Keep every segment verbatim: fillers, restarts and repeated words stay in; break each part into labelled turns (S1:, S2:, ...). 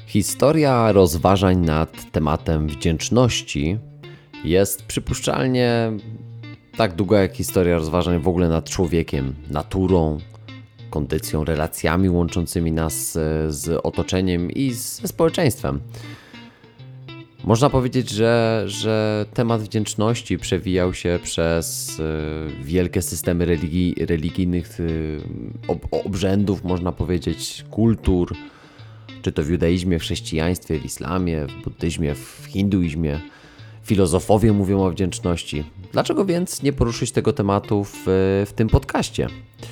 S1: Historia rozważań nad tematem wdzięczności jest przypuszczalnie tak długa jak historia rozważań w ogóle nad człowiekiem, naturą, kondycją, relacjami łączącymi nas z otoczeniem i ze społeczeństwem. Można powiedzieć, że, że temat wdzięczności przewijał się przez wielkie systemy religii, religijnych ob, obrzędów, można powiedzieć, kultur, czy to w judaizmie, w chrześcijaństwie, w islamie, w buddyzmie, w hinduizmie. Filozofowie mówią o wdzięczności. Dlaczego więc nie poruszyć tego tematu w, w tym podcaście?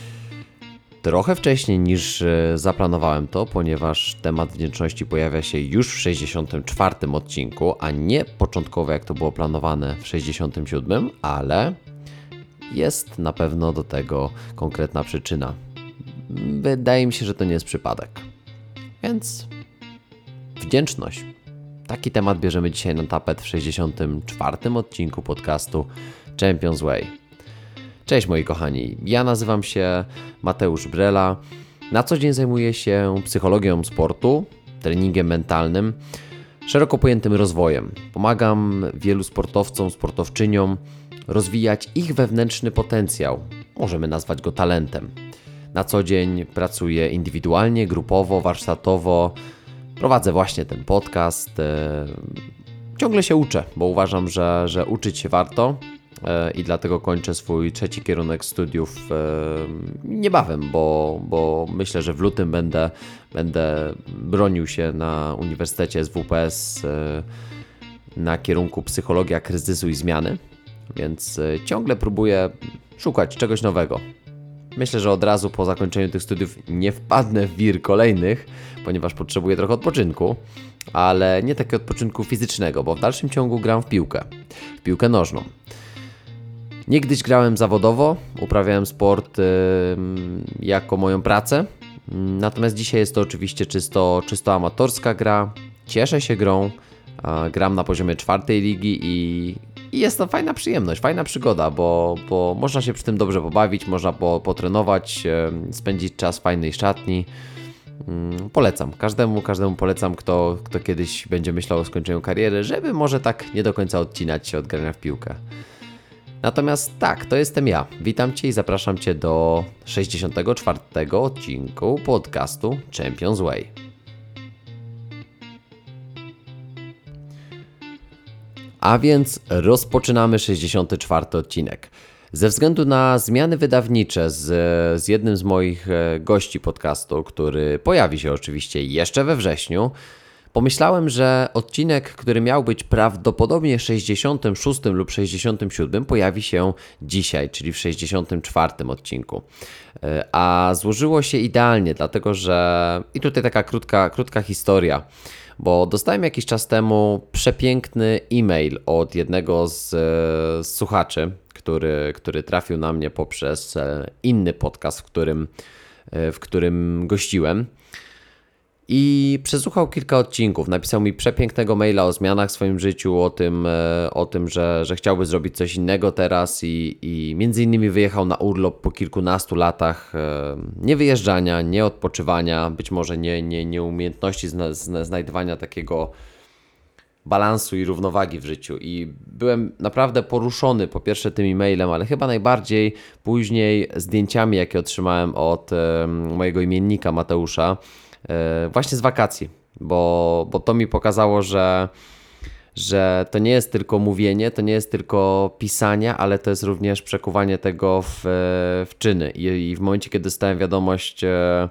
S1: Trochę wcześniej niż zaplanowałem to, ponieważ temat wdzięczności pojawia się już w sześćdziesiątym czwartym odcinku, a nie początkowo jak to było planowane w sześćdziesiątym siódmym, ale jest na pewno do tego konkretna przyczyna. Wydaje mi się, że to nie jest przypadek. Więc wdzięczność. Taki temat bierzemy dzisiaj na tapet w sześćdziesiątym czwartym odcinku podcastu Champions Way. Cześć moi kochani, ja nazywam się Mateusz Brela. Na co dzień zajmuję się psychologią sportu, treningiem mentalnym, szeroko pojętym rozwojem. Pomagam wielu sportowcom, sportowczyniom rozwijać ich wewnętrzny potencjał. Możemy nazwać go talentem. Na co dzień pracuję indywidualnie, grupowo, warsztatowo. Prowadzę właśnie ten podcast. Ciągle się uczę, bo uważam, że, że uczyć się warto i dlatego kończę swój trzeci kierunek studiów niebawem, bo, bo myślę, że w lutym będę, będę bronił się na Uniwersytecie S W P S na kierunku psychologia kryzysu i zmiany, więc ciągle próbuję szukać czegoś nowego. Myślę, że od razu po zakończeniu tych studiów nie wpadnę w wir kolejnych, ponieważ potrzebuję trochę odpoczynku, ale nie takiego odpoczynku fizycznego, bo w dalszym ciągu gram w piłkę, w piłkę nożną. Niegdyś grałem zawodowo, uprawiałem sport yy, jako moją pracę, yy, natomiast dzisiaj jest to oczywiście czysto, czysto amatorska gra. Cieszę się grą, yy, gram na poziomie czwartej ligi i, i jest to fajna przyjemność, fajna przygoda, bo, bo można się przy tym dobrze pobawić, można po, potrenować, yy, spędzić czas w fajnej szatni. Yy, polecam, każdemu, każdemu polecam, kto, kto kiedyś będzie myślał o skończeniu kariery, żeby może tak nie do końca odcinać się od grania w piłkę. Natomiast tak, to jestem ja. Witam Cię i zapraszam Cię do sześćdziesiątego czwartego odcinku podcastu Champions Way. A więc rozpoczynamy sześćdziesiąty czwarty odcinek. Ze względu na zmiany wydawnicze z, z jednym z moich gości podcastu, który pojawi się oczywiście jeszcze we wrześniu, pomyślałem, że odcinek, który miał być prawdopodobnie sześćdziesiątym szóstym lub sześćdziesiątym siódmym pojawi się dzisiaj, czyli w sześćdziesiątym czwartym odcinku. A złożyło się idealnie, dlatego że... I tutaj taka krótka, krótka historia, bo dostałem jakiś czas temu przepiękny e-mail od jednego z, z słuchaczy, który, który trafił na mnie poprzez inny podcast, w którym, w którym gościłem. I przesłuchał kilka odcinków, napisał mi przepięknego maila o zmianach w swoim życiu, o tym, o tym że, że chciałby zrobić coś innego teraz i, i między innymi wyjechał na urlop po kilkunastu latach nie wyjeżdżania, nie odpoczywania, być może nie, nie, nie umiejętności zna, zna, znajdywania takiego balansu i równowagi w życiu. I byłem naprawdę poruszony po pierwsze tym e-mailem, ale chyba najbardziej później zdjęciami, jakie otrzymałem od mojego imiennika Mateusza, właśnie z wakacji, bo, bo to mi pokazało, że, że to nie jest tylko mówienie, to nie jest tylko pisanie, ale to jest również przekuwanie tego w, w czyny. I, I w momencie, kiedy dostałem wiadomość e,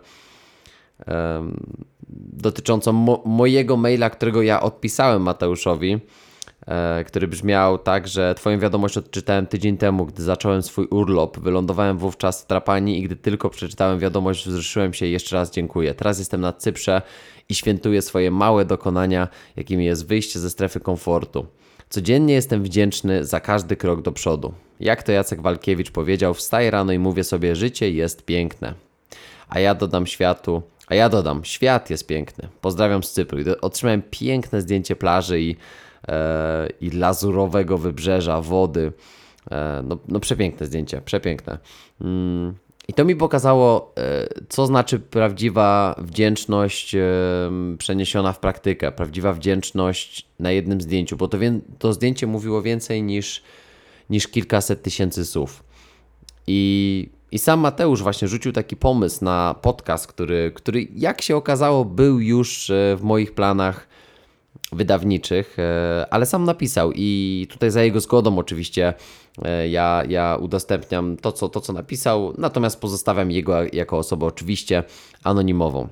S1: e, dotyczącą mo, mojego maila, którego ja odpisałem Mateuszowi, e, który brzmiał tak, że Twoją wiadomość odczytałem tydzień temu, gdy zacząłem swój urlop. Wylądowałem wówczas w Trapani i gdy tylko przeczytałem wiadomość, wzruszyłem się i jeszcze raz dziękuję. Teraz jestem na Cyprze i świętuję swoje małe dokonania, jakimi jest wyjście ze strefy komfortu. Codziennie jestem wdzięczny za każdy krok do przodu. Jak to Jacek Walkiewicz powiedział, wstaję rano i mówię sobie, życie jest piękne. A ja dodam światu, a ja dodam, świat jest piękny. Pozdrawiam z Cypru. I otrzymałem piękne zdjęcie plaży i i lazurowego wybrzeża, wody. No, no przepiękne zdjęcie, przepiękne. I to mi pokazało, e, co znaczy prawdziwa wdzięczność e, przeniesiona w praktykę, prawdziwa wdzięczność na jednym zdjęciu, bo to, wie, to zdjęcie mówiło więcej niż, niż kilkaset tysięcy słów. I, I sam Mateusz właśnie rzucił taki pomysł na podcast, który, który jak się okazało był już e, w moich planach wydawniczych, e, ale sam napisał i tutaj za jego zgodą oczywiście e, ja, ja udostępniam to co, to, co napisał, natomiast pozostawiam jego jako osobę oczywiście anonimową.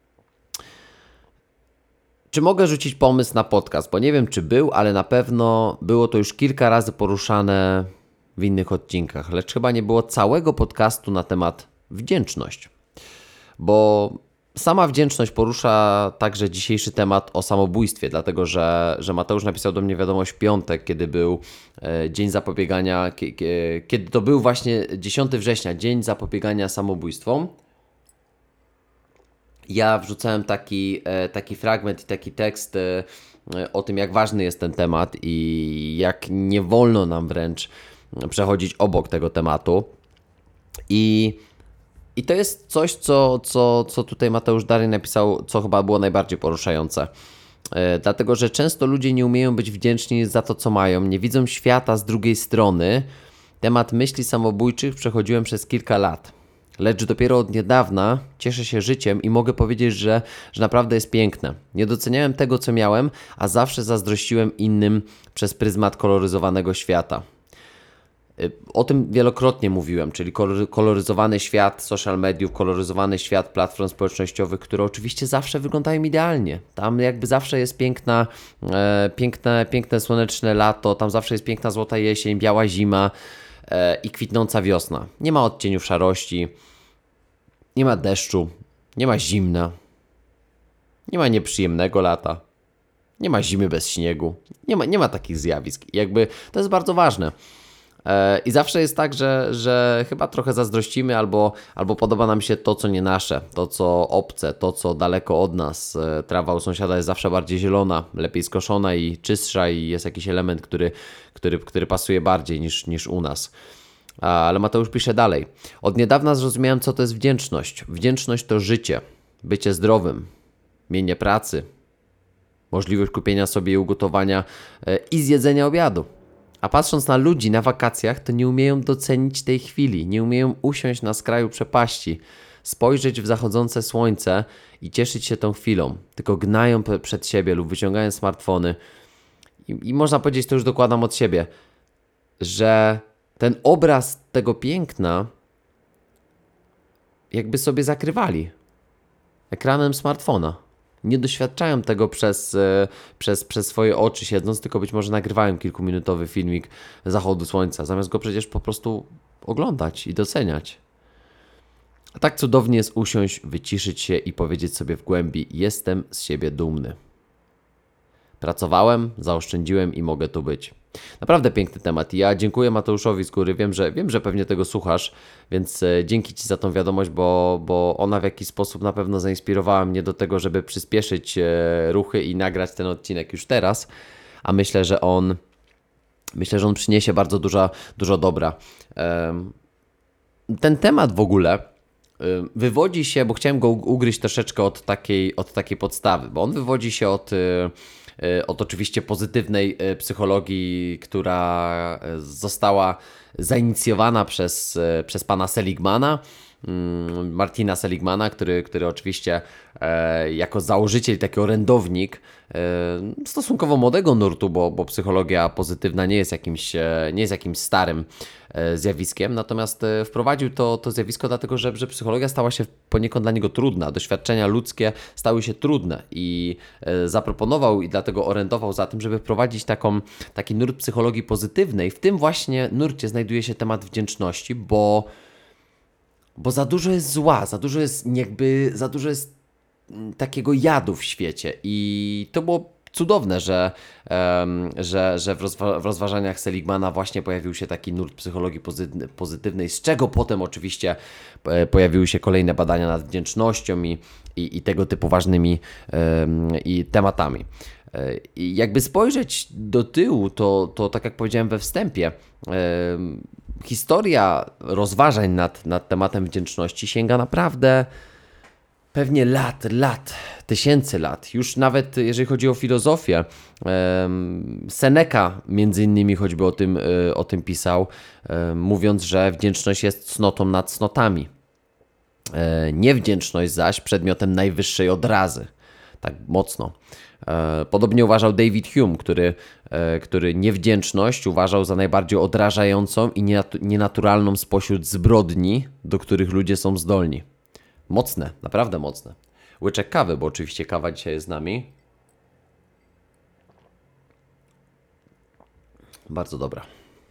S1: Czy mogę rzucić pomysł na podcast? Bo nie wiem, czy był, ale na pewno było to już kilka razy poruszane w innych odcinkach, lecz chyba nie było całego podcastu na temat wdzięczność, bo sama wdzięczność porusza także dzisiejszy temat o samobójstwie, dlatego że, że Mateusz napisał do mnie wiadomość w piątek, kiedy był e, Dzień Zapobiegania, kie, kie, kiedy to był właśnie dziesiątego września, Dzień Zapobiegania Samobójstwom. Ja wrzucałem taki, e, taki fragment i taki tekst e, o tym, jak ważny jest ten temat i jak nie wolno nam wręcz przechodzić obok tego tematu. I I to jest coś, co, co, co tutaj Mateusz Dary napisał, co chyba było najbardziej poruszające. E, dlatego, że często ludzie nie umieją być wdzięczni za to, co mają, nie widzą świata z drugiej strony. Temat myśli samobójczych przechodziłem przez kilka lat. Lecz dopiero od niedawna cieszę się życiem i mogę powiedzieć, że, że naprawdę jest piękne. Nie doceniałem tego, co miałem, a zawsze zazdrościłem innym przez pryzmat koloryzowanego świata. O tym wielokrotnie mówiłem, czyli koloryzowany świat social mediów, koloryzowany świat platform społecznościowych, które oczywiście zawsze wyglądają idealnie. Tam jakby zawsze jest piękna, e, piękne, piękne słoneczne lato, tam zawsze jest piękna złota jesień, biała zima e, i kwitnąca wiosna. Nie ma odcieniów szarości, nie ma deszczu, nie ma zimna, nie ma nieprzyjemnego lata, nie ma zimy bez śniegu, nie ma, nie ma takich zjawisk. I jakby to jest bardzo ważne. I zawsze jest tak, że, że chyba trochę zazdrościmy albo, albo podoba nam się to, co nie nasze, to, co obce, to, co daleko od nas. Trawa u sąsiada jest zawsze bardziej zielona, lepiej skoszona i czystsza i jest jakiś element, który, który, który pasuje bardziej niż, niż u nas. Ale Mateusz pisze dalej. Od niedawna zrozumiałem, co to jest wdzięczność. Wdzięczność to życie, bycie zdrowym, mienie pracy, możliwość kupienia sobie i ugotowania i zjedzenia obiadu. A patrząc na ludzi na wakacjach, to nie umieją docenić tej chwili, nie umieją usiąść na skraju przepaści, spojrzeć w zachodzące słońce i cieszyć się tą chwilą, tylko gnają przed siebie lub wyciągają smartfony. I, i można powiedzieć, to już dokładam od siebie, że ten obraz tego piękna jakby sobie zakrywali ekranem smartfona. Nie doświadczają tego przez, przez, przez swoje oczy siedząc, tylko być może nagrywają kilkuminutowy filmik zachodu słońca, zamiast go przecież po prostu oglądać i doceniać. A tak cudownie jest usiąść, wyciszyć się i powiedzieć sobie w głębi: jestem z siebie dumny. Pracowałem, zaoszczędziłem i mogę tu być. Naprawdę piękny temat i ja dziękuję Mateuszowi z góry, wiem, że, wiem, że pewnie tego słuchasz, więc dzięki Ci za tą wiadomość, bo, bo ona w jakiś sposób na pewno zainspirowała mnie do tego, żeby przyspieszyć ruchy i nagrać ten odcinek już teraz, a myślę, że on myślę, że on przyniesie bardzo dużo, dużo dobra. Ten temat w ogóle wywodzi się, bo chciałem go ugryźć troszeczkę od takiej, od takiej podstawy, bo on wywodzi się od od oczywiście pozytywnej psychologii, która została zainicjowana przez, przez pana Seligmana, Martina Seligmana, który, który oczywiście e, jako założyciel, taki orędownik e, stosunkowo młodego nurtu, bo, bo psychologia pozytywna nie jest jakimś, nie jest jakimś starym e, zjawiskiem, natomiast e, wprowadził to, to zjawisko dlatego, że, że psychologia stała się poniekąd dla niego trudna, doświadczenia ludzkie stały się trudne i e, zaproponował i dlatego orędował za tym, żeby wprowadzić taką, taki nurt psychologii pozytywnej. W tym właśnie nurcie znajduje się temat wdzięczności, bo Bo za dużo jest zła, za dużo jest jakby, za dużo jest takiego jadu w świecie i to było cudowne, że, um, że, że w, rozwa- w rozważaniach Seligmana właśnie pojawił się taki nurt psychologii pozy- pozytywnej, z czego potem oczywiście e, pojawiły się kolejne badania nad wdzięcznością i, i, i tego typu ważnymi um, i tematami. I jakby spojrzeć do tyłu, to, to tak jak powiedziałem we wstępie, historia rozważań nad, nad tematem wdzięczności sięga naprawdę pewnie lat, lat, tysięcy lat. Już nawet jeżeli chodzi o filozofię, Seneca między innymi choćby o tym, o tym pisał, mówiąc, że wdzięczność jest cnotą nad cnotami. Niewdzięczność zaś przedmiotem najwyższej odrazy. Tak mocno. Podobnie uważał David Hume, który, który niewdzięczność uważał za najbardziej odrażającą i nienaturalną spośród zbrodni, do których ludzie są zdolni. Mocne, naprawdę mocne. Łyczek kawy, bo oczywiście kawa dzisiaj jest z nami. Bardzo dobra.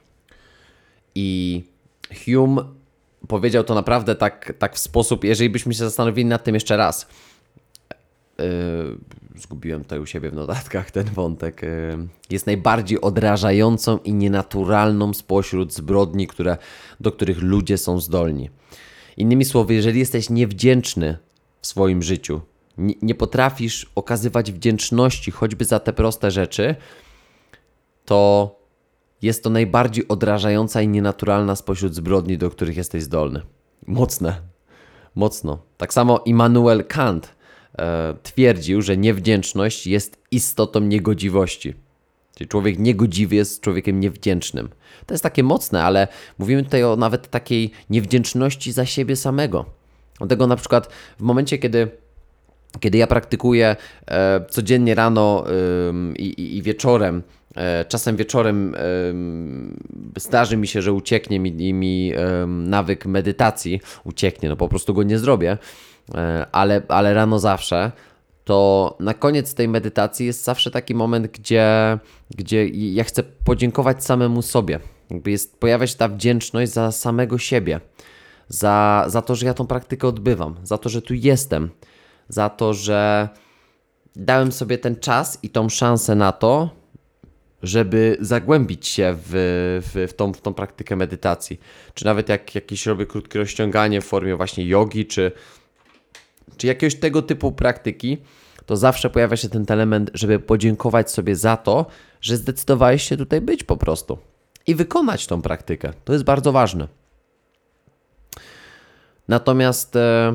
S1: I Hume powiedział to naprawdę tak, tak w sposób, jeżeli byśmy się zastanowili nad tym jeszcze raz. Yy, zgubiłem tutaj u siebie w notatkach ten wątek. Yy, jest najbardziej odrażającą i nienaturalną spośród zbrodni, które, do których ludzie są zdolni. Innymi słowy, jeżeli jesteś niewdzięczny w swoim życiu, nie, nie potrafisz okazywać wdzięczności choćby za te proste rzeczy, to jest to najbardziej odrażająca i nienaturalna spośród zbrodni, do których jesteś zdolny. Mocne, mocno. Tak samo Immanuel Kant e, twierdził, że niewdzięczność jest istotą niegodziwości. Czyli człowiek niegodziwy jest człowiekiem niewdzięcznym. To jest takie mocne, ale mówimy tutaj o nawet takiej niewdzięczności za siebie samego. Dlatego na przykład w momencie, kiedy, kiedy ja praktykuję e, codziennie rano e, i, i wieczorem, e, czasem wieczorem e, zdarzy mi się, że ucieknie mi, mi e, nawyk medytacji. Ucieknie, no po prostu go nie zrobię, e, ale, ale rano zawsze. To na koniec tej medytacji jest zawsze taki moment, gdzie, gdzie ja chcę podziękować samemu sobie. Jakby jest, pojawia się ta wdzięczność za samego siebie, za, za to, że ja tą praktykę odbywam, za to, że tu jestem, za to, że dałem sobie ten czas i tą szansę na to, żeby zagłębić się w, w, w, tą, w tą praktykę medytacji. Czy nawet jak jakieś robię krótkie rozciąganie w formie właśnie jogi, czy czy jakiegoś tego typu praktyki, to zawsze pojawia się ten element, żeby podziękować sobie za to, że zdecydowałeś się tutaj być po prostu i wykonać tą praktykę. To jest bardzo ważne. Natomiast e,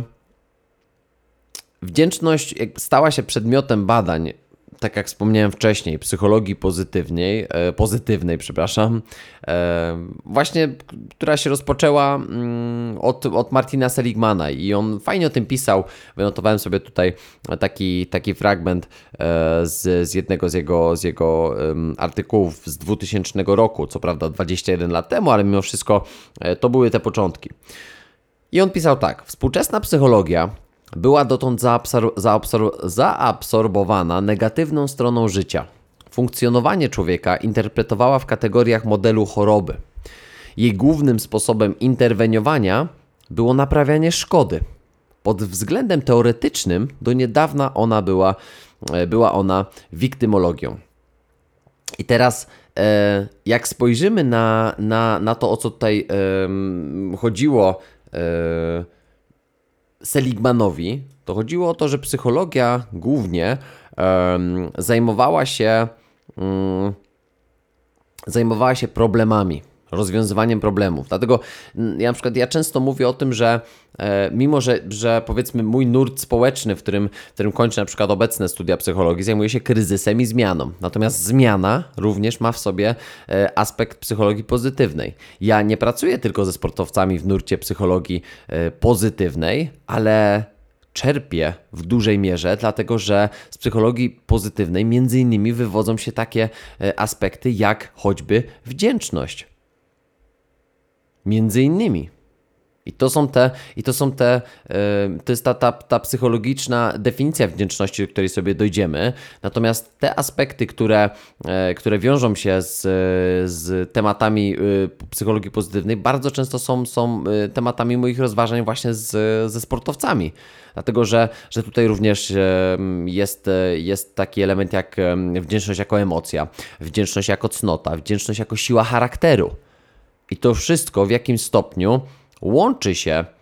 S1: wdzięczność stała się przedmiotem badań, tak jak wspomniałem wcześniej, psychologii pozytywnej, e, pozytywnej, przepraszam, e, właśnie, która się rozpoczęła mm, od, od Martina Seligmana i on fajnie o tym pisał. Wynotowałem sobie tutaj taki, taki fragment e, z, z jednego z jego, z jego um, artykułów z dwutysięcznego roku, co prawda dwadzieścia jeden lat temu, ale mimo wszystko e, to były te początki. I on pisał tak: współczesna psychologia była dotąd zaabsor- zaabsor- zaabsorbowana negatywną stroną życia. Funkcjonowanie człowieka interpretowała w kategoriach modelu choroby. Jej głównym sposobem interweniowania było naprawianie szkody. Pod względem teoretycznym do niedawna ona była, była ona wiktymologią. I teraz e, jak spojrzymy na, na, na to, o co tutaj e, chodziło e, Seligmanowi, to chodziło o to, że psychologia głównie um, zajmowała się um, zajmowała się problemami, rozwiązywaniem problemów. Dlatego ja na przykład ja często mówię o tym, że e, mimo, że, że powiedzmy mój nurt społeczny, w którym, w którym kończę na przykład obecne studia psychologii, zajmuje się kryzysem i zmianą. Natomiast zmiana również ma w sobie e, aspekt psychologii pozytywnej. Ja nie pracuję tylko ze sportowcami w nurcie psychologii e, pozytywnej, ale czerpię w dużej mierze, dlatego że z psychologii pozytywnej między innymi wywodzą się takie e, aspekty jak choćby wdzięczność. Między innymi. I to są te, i to są te, yy, to jest ta, ta, ta psychologiczna definicja wdzięczności, do której sobie dojdziemy. Natomiast te aspekty, które, yy, które wiążą się z, z tematami yy, psychologii pozytywnej, bardzo często są, są yy, tematami moich rozważań właśnie z, ze sportowcami. Dlatego, że, że tutaj również yy, jest, yy, jest taki element jak yy, wdzięczność jako emocja, wdzięczność jako cnota, wdzięczność jako siła charakteru. I to wszystko w jakim stopniu łączy się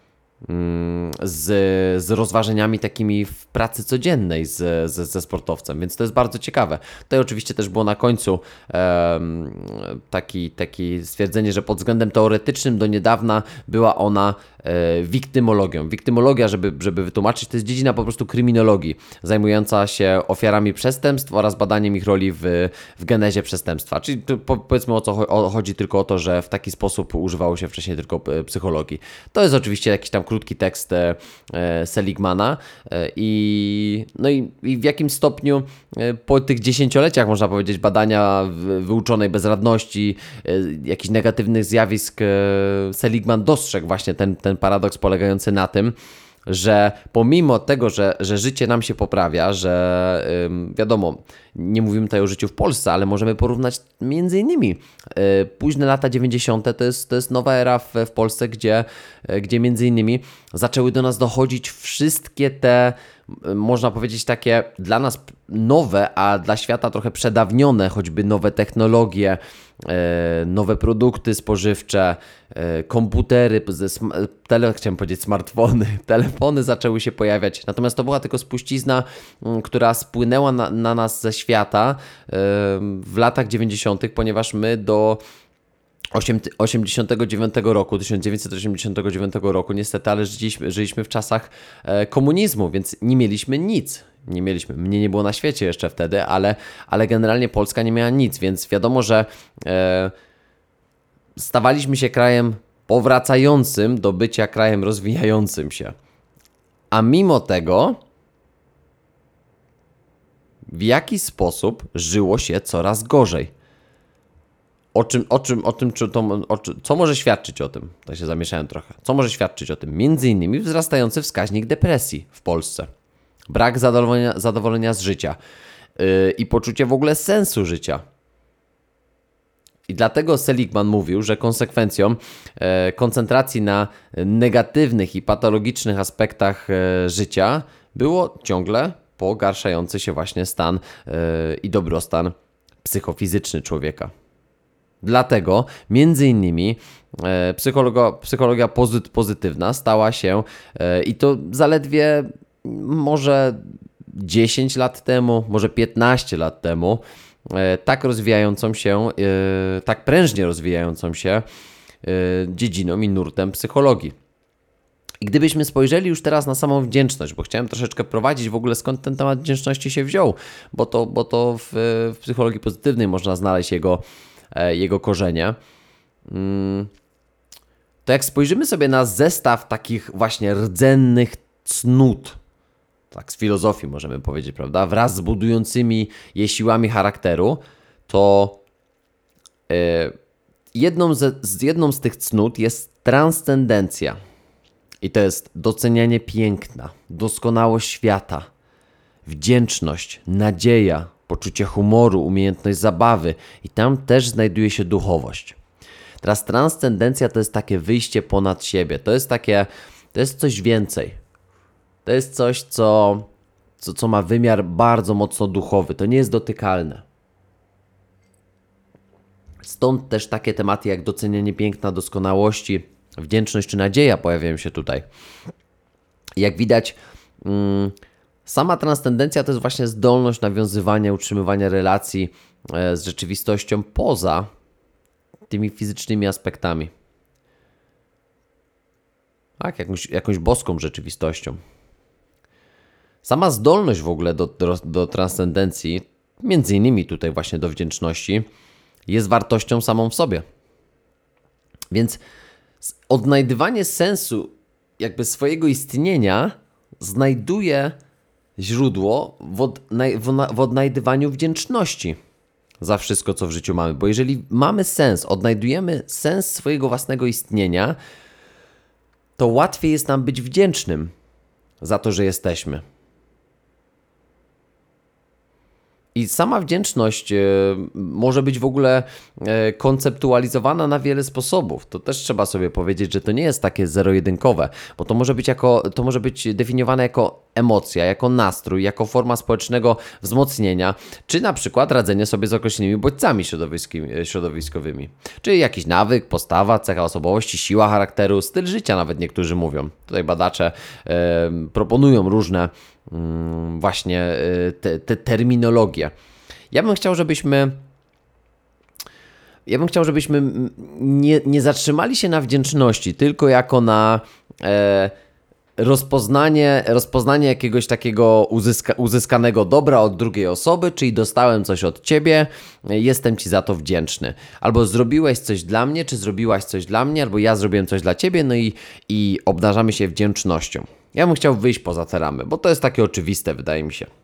S1: z, z rozważaniami takimi w pracy codziennej z, z, ze sportowcem, więc to jest bardzo ciekawe. Tutaj oczywiście też było na końcu um, taki, taki stwierdzenie, że pod względem teoretycznym do niedawna była ona e, wiktymologią. Wiktymologia, żeby, żeby wytłumaczyć, to jest dziedzina po prostu kryminologii, zajmująca się ofiarami przestępstw oraz badaniem ich roli w, w genezie przestępstwa. Czyli po, powiedzmy o co o, chodzi tylko o to, że w taki sposób używało się wcześniej tylko psychologii. To jest oczywiście jakiś tam krótki tekst e, Seligmana e, i, no i, i w jakim stopniu e, po tych dziesięcioleciach, można powiedzieć, badania w, wyuczonej bezradności, e, jakichś negatywnych zjawisk, e, Seligman dostrzegł właśnie ten, ten paradoks polegający na tym, że pomimo tego, że, że życie nam się poprawia, że ym, wiadomo, nie mówimy tutaj o życiu w Polsce, ale możemy porównać między innymi yy, późne lata dziewięćdziesiąte to jest, to jest nowa era w, w Polsce, gdzie, yy, gdzie między innymi zaczęły do nas dochodzić wszystkie te, yy, można powiedzieć, takie dla nas nowe, a dla świata trochę przedawnione, choćby nowe technologie, nowe produkty spożywcze, komputery, tele, chciałem powiedzieć smartfony, telefony zaczęły się pojawiać. Natomiast to była tylko spuścizna, która spłynęła na, na nas ze świata w latach dziewięćdziesiątych, ponieważ my do osiemdziesiątego dziewiątego roku, tysiąc dziewięćset osiemdziesiątego dziewiątego roku niestety, ale żyliśmy, żyliśmy w czasach komunizmu, więc nie mieliśmy nic. Nie mieliśmy, mnie nie było na świecie jeszcze wtedy, ale, ale generalnie Polska nie miała nic, więc wiadomo, że e, stawaliśmy się krajem powracającym do bycia krajem rozwijającym się. A mimo tego w jaki sposób żyło się coraz gorzej. O czym, o czym, o tym, czy to, o czym, co może świadczyć o tym? Tak się zamieszałem trochę. Co może świadczyć o tym? Między innymi wzrastający wskaźnik depresji w Polsce. Brak zadowolenia, zadowolenia z życia yy, i poczucie w ogóle sensu życia. I dlatego Seligman mówił, że konsekwencją e, koncentracji na negatywnych i patologicznych aspektach e, życia było ciągle pogarszający się właśnie stan e, i dobrostan psychofizyczny człowieka. Dlatego między innymi e, psychologa, psychologia pozyt, pozytywna stała się e, i to zaledwie może dziesięć lat temu, może piętnaście lat temu, tak rozwijającą się, tak prężnie rozwijającą się dziedziną i nurtem psychologii. I gdybyśmy spojrzeli już teraz na samą wdzięczność, bo chciałem troszeczkę prowadzić w ogóle skąd ten temat wdzięczności się wziął, bo to, bo to w, w psychologii pozytywnej można znaleźć jego, jego korzenie. To jak spojrzymy sobie na zestaw takich właśnie rdzennych cnót, tak z filozofii możemy powiedzieć, prawda, wraz z budującymi je siłami charakteru, to yy, jedną, z, z, jedną z tych cnót jest transcendencja. I to jest docenianie piękna, doskonałość świata, wdzięczność, nadzieja, poczucie humoru, umiejętność zabawy i tam też znajduje się duchowość. Teraz transcendencja to jest takie wyjście ponad siebie, to jest takie, to jest coś więcej. To jest coś, co, co, co ma wymiar bardzo mocno duchowy. To nie jest dotykalne. Stąd też takie tematy jak docenianie piękna, doskonałości, wdzięczność czy nadzieja pojawiają się tutaj. Jak widać, mm, sama transcendencja to jest właśnie zdolność nawiązywania, utrzymywania relacji e, z rzeczywistością poza tymi fizycznymi aspektami. Tak, jakąś, jakąś boską rzeczywistością. Sama zdolność w ogóle do, do, do transcendencji, między innymi tutaj właśnie do wdzięczności, jest wartością samą w sobie. Więc odnajdywanie sensu jakby swojego istnienia znajduje źródło w, odnaj- w odnajdywaniu wdzięczności za wszystko, co w życiu mamy. Bo jeżeli mamy sens, odnajdujemy sens swojego własnego istnienia, to łatwiej jest nam być wdzięcznym za to, że jesteśmy. I sama wdzięczność y, może być w ogóle y, konceptualizowana na wiele sposobów. To też trzeba sobie powiedzieć, że to nie jest takie zero-jedynkowe, bo to może być, jako, to może być definiowane jako emocja, jako nastrój, jako forma społecznego wzmocnienia, czy na przykład radzenie sobie z określonymi bodźcami środowiskowymi. Czyli jakiś nawyk, postawa, cecha osobowości, siła charakteru, styl życia nawet niektórzy mówią. Tutaj badacze e, proponują różne mm, właśnie e, te, te terminologie. Ja bym chciał, żebyśmy Ja bym chciał, żebyśmy nie, nie zatrzymali się na wdzięczności, tylko jako na e, rozpoznanie, rozpoznanie jakiegoś takiego uzyska, uzyskanego dobra od drugiej osoby, czyli dostałem coś od Ciebie, jestem Ci za to wdzięczny. Albo zrobiłeś coś dla mnie, czy zrobiłaś coś dla mnie, albo ja zrobiłem coś dla Ciebie, no i, i obdarzamy się wdzięcznością. Ja bym chciał wyjść poza te ramy, bo to jest takie oczywiste, wydaje mi się.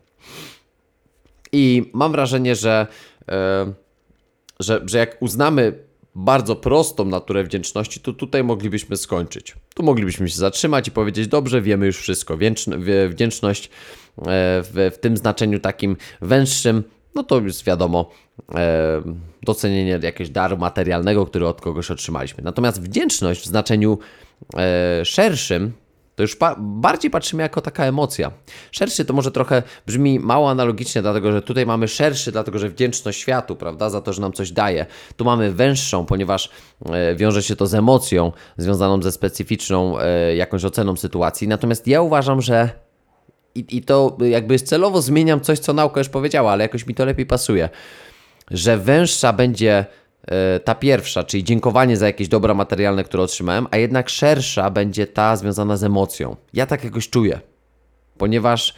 S1: I mam wrażenie, że... E, Że, że jak uznamy bardzo prostą naturę wdzięczności, to tutaj moglibyśmy skończyć. Tu moglibyśmy się zatrzymać i powiedzieć, dobrze, wiemy już wszystko. Wdzięczność w, w tym znaczeniu takim węższym, no to już wiadomo, docenienie jakiegoś daru materialnego, który od kogoś otrzymaliśmy. Natomiast wdzięczność w znaczeniu szerszym, to już pa- bardziej patrzymy jako taka emocja. Szerszy to może trochę brzmi mało analogicznie, dlatego że tutaj mamy szerszy, dlatego że wdzięczność światu, prawda, za to, że nam coś daje. Tu mamy węższą, ponieważ e, wiąże się to z emocją związaną ze specyficzną e, jakąś oceną sytuacji. Natomiast ja uważam, że i, i to jakby celowo zmieniam coś, co nauka już powiedziała, ale jakoś mi to lepiej pasuje, że węższa będzie ta pierwsza, czyli dziękowanie za jakieś dobra materialne, które otrzymałem, a jednak szersza będzie ta związana z emocją. Ja tak jakoś czuję, ponieważ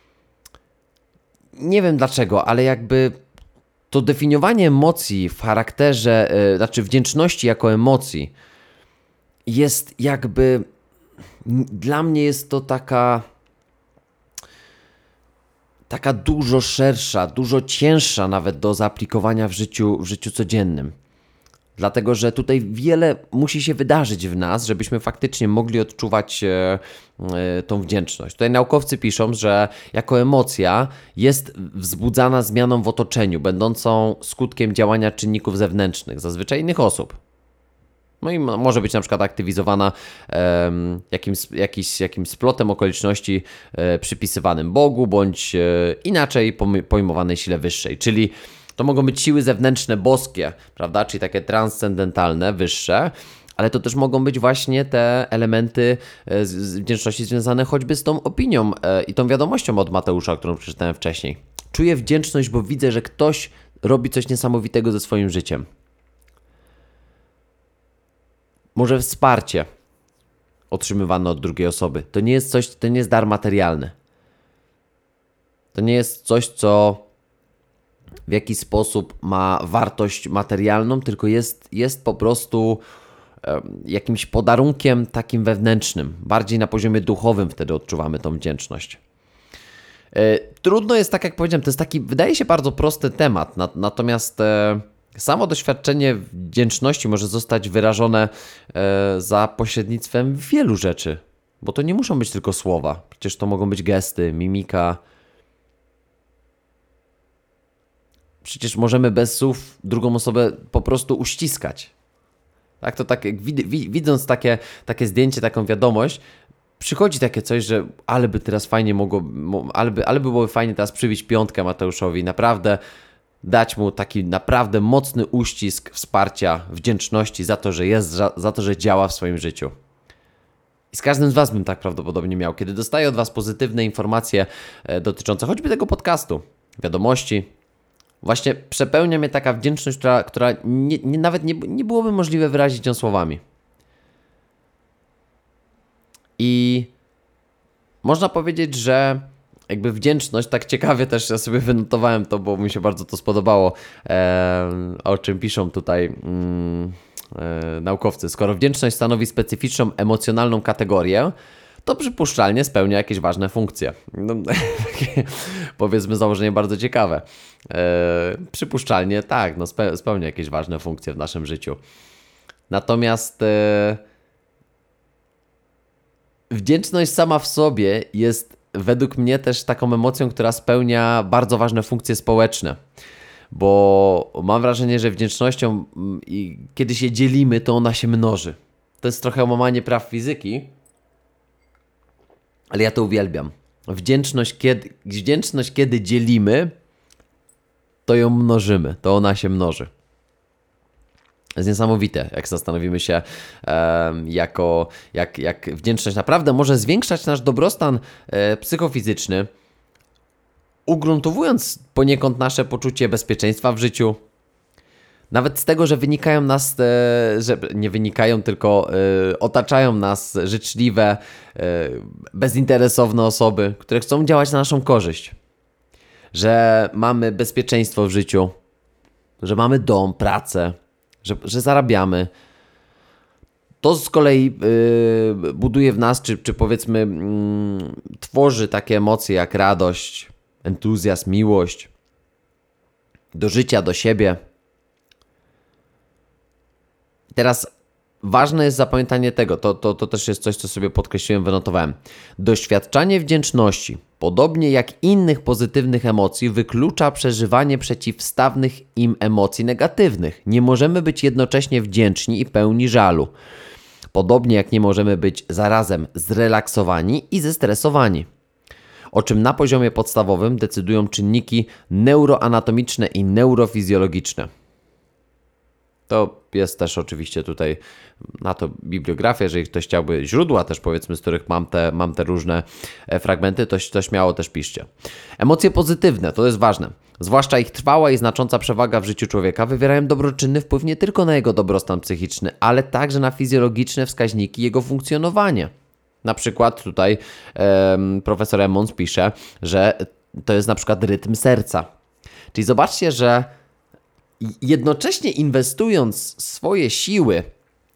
S1: nie wiem dlaczego, ale jakby to definiowanie emocji w charakterze, yy, znaczy wdzięczności jako emocji jest jakby, dla mnie jest to taka taka dużo szersza, dużo cięższa nawet do zaaplikowania w życiu, w życiu codziennym. Dlatego, że tutaj wiele musi się wydarzyć w nas, żebyśmy faktycznie mogli odczuwać e, e, tą wdzięczność. Tutaj naukowcy piszą, że jako emocja jest wzbudzana zmianą w otoczeniu, będącą skutkiem działania czynników zewnętrznych, zazwyczaj innych osób. No i może być na przykład aktywizowana um, jakimś, jakiś, jakimś splotem okoliczności e, przypisywanym Bogu, bądź e, inaczej pojmowanej sile wyższej. Czyli to mogą być siły zewnętrzne boskie, prawda? Czyli takie transcendentalne, wyższe, ale to też mogą być właśnie te elementy e, z, z wdzięczności związane choćby z tą opinią e, i tą wiadomością od Mateusza, którą przeczytałem wcześniej. Czuję wdzięczność, bo widzę, że ktoś robi coś niesamowitego ze swoim życiem. Może wsparcie otrzymywane od drugiej osoby. To nie jest coś, to nie jest dar materialny. To nie jest coś, co w jakiś sposób ma wartość materialną, tylko jest, jest po prostu e, jakimś podarunkiem takim wewnętrznym. Bardziej na poziomie duchowym wtedy odczuwamy tą wdzięczność. E, trudno jest, tak jak powiedziałem, to jest taki, wydaje się bardzo prosty temat, na, natomiast e, samo doświadczenie wdzięczności może zostać wyrażone e, za pośrednictwem wielu rzeczy, bo to nie muszą być tylko słowa. Przecież to mogą być gesty, mimika. Przecież możemy bez słów drugą osobę po prostu uściskać. Tak, to tak, jak wid- widząc takie, takie zdjęcie, taką wiadomość, przychodzi takie coś, że ale by teraz fajnie mogło, ale by, ale by byłoby fajnie teraz przybić piątkę Mateuszowi, naprawdę dać mu taki naprawdę mocny uścisk wsparcia, wdzięczności za to, że jest, za, za to, że działa w swoim życiu. I z każdym z Was bym tak prawdopodobnie miał, kiedy dostaję od Was pozytywne informacje e, dotyczące choćby tego podcastu, wiadomości. Właśnie przepełnia mnie taka wdzięczność, która, która nie, nie, nawet nie, nie byłoby możliwe wyrazić ją słowami. I można powiedzieć, że jakby wdzięczność, tak ciekawie też ja sobie wynotowałem to, bo mi się bardzo to spodobało, e, o czym piszą tutaj mm, e, naukowcy. Skoro wdzięczność stanowi specyficzną, emocjonalną kategorię, to przypuszczalnie spełnia jakieś ważne funkcje. No, takie, powiedzmy, założenie bardzo ciekawe. E, przypuszczalnie tak, no spe, spełnia jakieś ważne funkcje w naszym życiu. Natomiast e, wdzięczność sama w sobie jest według mnie też taką emocją, która spełnia bardzo ważne funkcje społeczne. Bo mam wrażenie, że wdzięcznością, i kiedy się dzielimy, to ona się mnoży. To jest trochę łamanie praw fizyki, ale ja to uwielbiam. Wdzięczność kiedy, wdzięczność, kiedy dzielimy, to ją mnożymy, to ona się mnoży. To jest niesamowite, jak zastanowimy się, e, jako, jak, jak wdzięczność naprawdę może zwiększać nasz dobrostan e, psychofizyczny, ugruntowując poniekąd nasze poczucie bezpieczeństwa w życiu. Nawet z tego, że wynikają nas, e, że nie wynikają, tylko e, otaczają nas życzliwe, e, bezinteresowne osoby, które chcą działać na naszą korzyść. Że mamy bezpieczeństwo w życiu, że mamy dom, pracę, że, że zarabiamy. To z kolei yy, buduje w nas, czy, czy powiedzmy yy, tworzy takie emocje jak radość, entuzjazm, miłość do życia, do siebie. Teraz ważne jest zapamiętanie tego, to, to, to też jest coś, co sobie podkreśliłem, wynotowałem. Doświadczanie wdzięczności, podobnie jak innych pozytywnych emocji, wyklucza przeżywanie przeciwstawnych im emocji negatywnych. Nie możemy być jednocześnie wdzięczni i pełni żalu. Podobnie jak nie możemy być zarazem zrelaksowani i zestresowani. O czym na poziomie podstawowym decydują czynniki neuroanatomiczne i neurofizjologiczne. To jest też oczywiście tutaj na to bibliografia, jeżeli ktoś chciałby źródła też powiedzmy, z których mam te, mam te różne fragmenty, to, to śmiało też piszcie. Emocje pozytywne, to jest ważne. Zwłaszcza ich trwała i znacząca przewaga w życiu człowieka wywierają dobroczynny wpływ nie tylko na jego dobrostan psychiczny, ale także na fizjologiczne wskaźniki jego funkcjonowania. Na przykład tutaj um, profesor Emmons pisze, że to jest na przykład rytm serca. Czyli zobaczcie, że jednocześnie inwestując swoje siły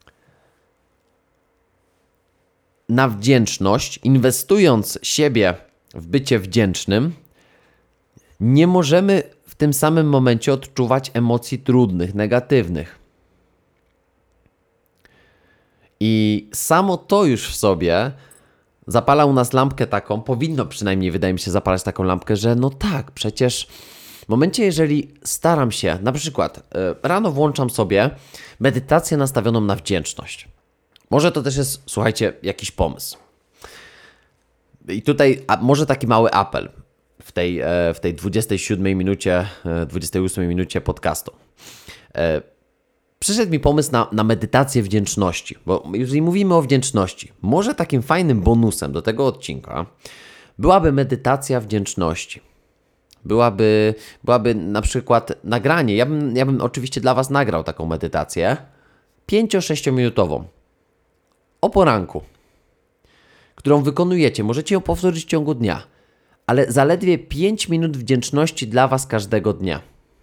S1: na wdzięczność, inwestując siebie w bycie wdzięcznym, nie możemy w tym samym momencie odczuwać emocji trudnych, negatywnych. I samo to już w sobie zapala u nas lampkę taką, powinno przynajmniej, wydaje mi się, zapalać taką lampkę, że no tak, przecież w momencie, jeżeli staram się, na przykład y, rano włączam sobie medytację nastawioną na wdzięczność. Może to też jest, słuchajcie, jakiś pomysł. I tutaj a, może taki mały apel w tej, e, w tej dwudziestej siódmej minucie, e, dwudziestej ósmej minucie podcastu. E, przyszedł mi pomysł na, na medytację wdzięczności, bo jeżeli mówimy o wdzięczności, może takim fajnym bonusem do tego odcinka byłaby medytacja wdzięczności. Byłaby, byłaby na przykład nagranie, ja bym, ja bym oczywiście dla Was nagrał taką medytację, pięcio-sześciominutową, o poranku, którą wykonujecie, możecie ją powtórzyć w ciągu dnia, ale zaledwie pięć minut wdzięczności dla Was każdego dnia.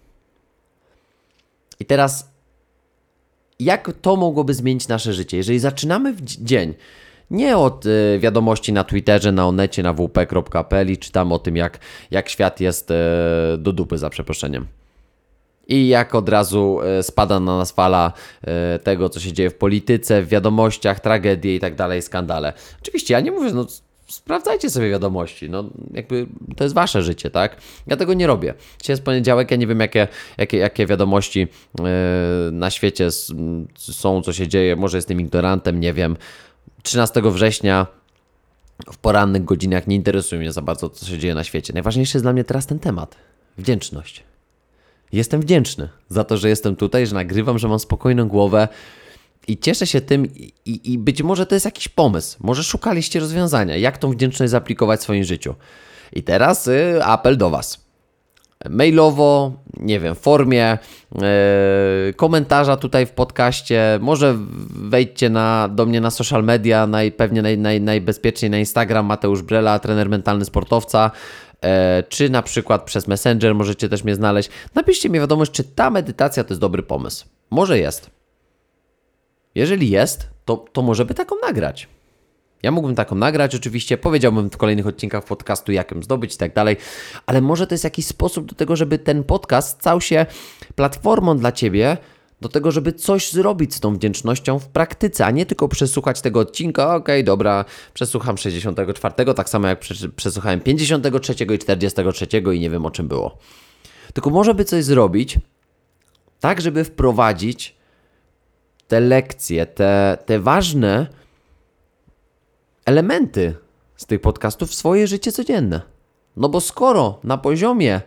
S1: I teraz, jak to mogłoby zmienić nasze życie? Jeżeli zaczynamy w dzień nie od y, wiadomości na Twitterze, na Onecie, na w p kropka p l i czytam o tym, jak, jak świat jest y, do dupy, za przeproszeniem. I jak od razu y, spada na nas fala y, tego, co się dzieje w polityce, w wiadomościach, tragedie i tak dalej, skandale. Oczywiście, ja nie mówię, no sprawdzajcie sobie wiadomości, no jakby to jest Wasze życie, tak? Ja tego nie robię. Dzisiaj jest poniedziałek, ja nie wiem, jakie, jakie, jakie wiadomości yy, na świecie są, co się dzieje, może jestem ignorantem, nie wiem. trzynastego września w porannych godzinach nie interesuje mnie za bardzo, co się dzieje na świecie. Najważniejszy jest dla mnie teraz ten temat. Wdzięczność. Jestem wdzięczny za to, że jestem tutaj, że nagrywam, że mam spokojną głowę i cieszę się tym i, i, i być może to jest jakiś pomysł. Może szukaliście rozwiązania, jak tą wdzięczność zaaplikować w swoim życiu. I teraz y, apel do Was. Mailowo, nie wiem, w formie yy, komentarza tutaj w podcaście, może wejdźcie na, do mnie na social media, naj, pewnie naj, naj, najbezpieczniej na Instagram Mateusz Brela, trener mentalny sportowca, yy, czy na przykład przez Messenger możecie też mnie znaleźć. Napiszcie mi wiadomość, czy ta medytacja to jest dobry pomysł. Może jest. Jeżeli jest, to, to może by taką nagrać. Ja mógłbym taką nagrać oczywiście, powiedziałbym w kolejnych odcinkach podcastu, jak ją zdobyć i tak dalej, ale może to jest jakiś sposób do tego, żeby ten podcast stał się platformą dla Ciebie, do tego, żeby coś zrobić z tą wdzięcznością w praktyce, a nie tylko przesłuchać tego odcinka, okej, okay, dobra, przesłucham sześćdziesiątego czwartego, tak samo jak przesłuchałem pięćdziesiątego trzeciego i czterdziestego trzeciego i nie wiem, o czym było. Tylko może by coś zrobić, tak żeby wprowadzić te lekcje, te, te ważne elementy z tych podcastów w swoje życie codzienne. No bo skoro na poziomie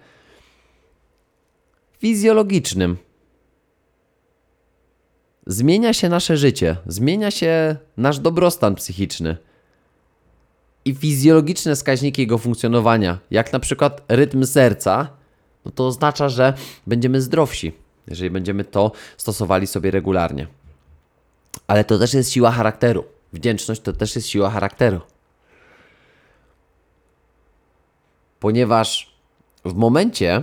S1: fizjologicznym zmienia się nasze życie, zmienia się nasz dobrostan psychiczny i fizjologiczne wskaźniki jego funkcjonowania, jak na przykład rytm serca, no to oznacza, że będziemy zdrowsi, jeżeli będziemy to stosowali sobie regularnie. Ale to też jest siła charakteru. Wdzięczność to też jest siła charakteru. Ponieważ w momencie,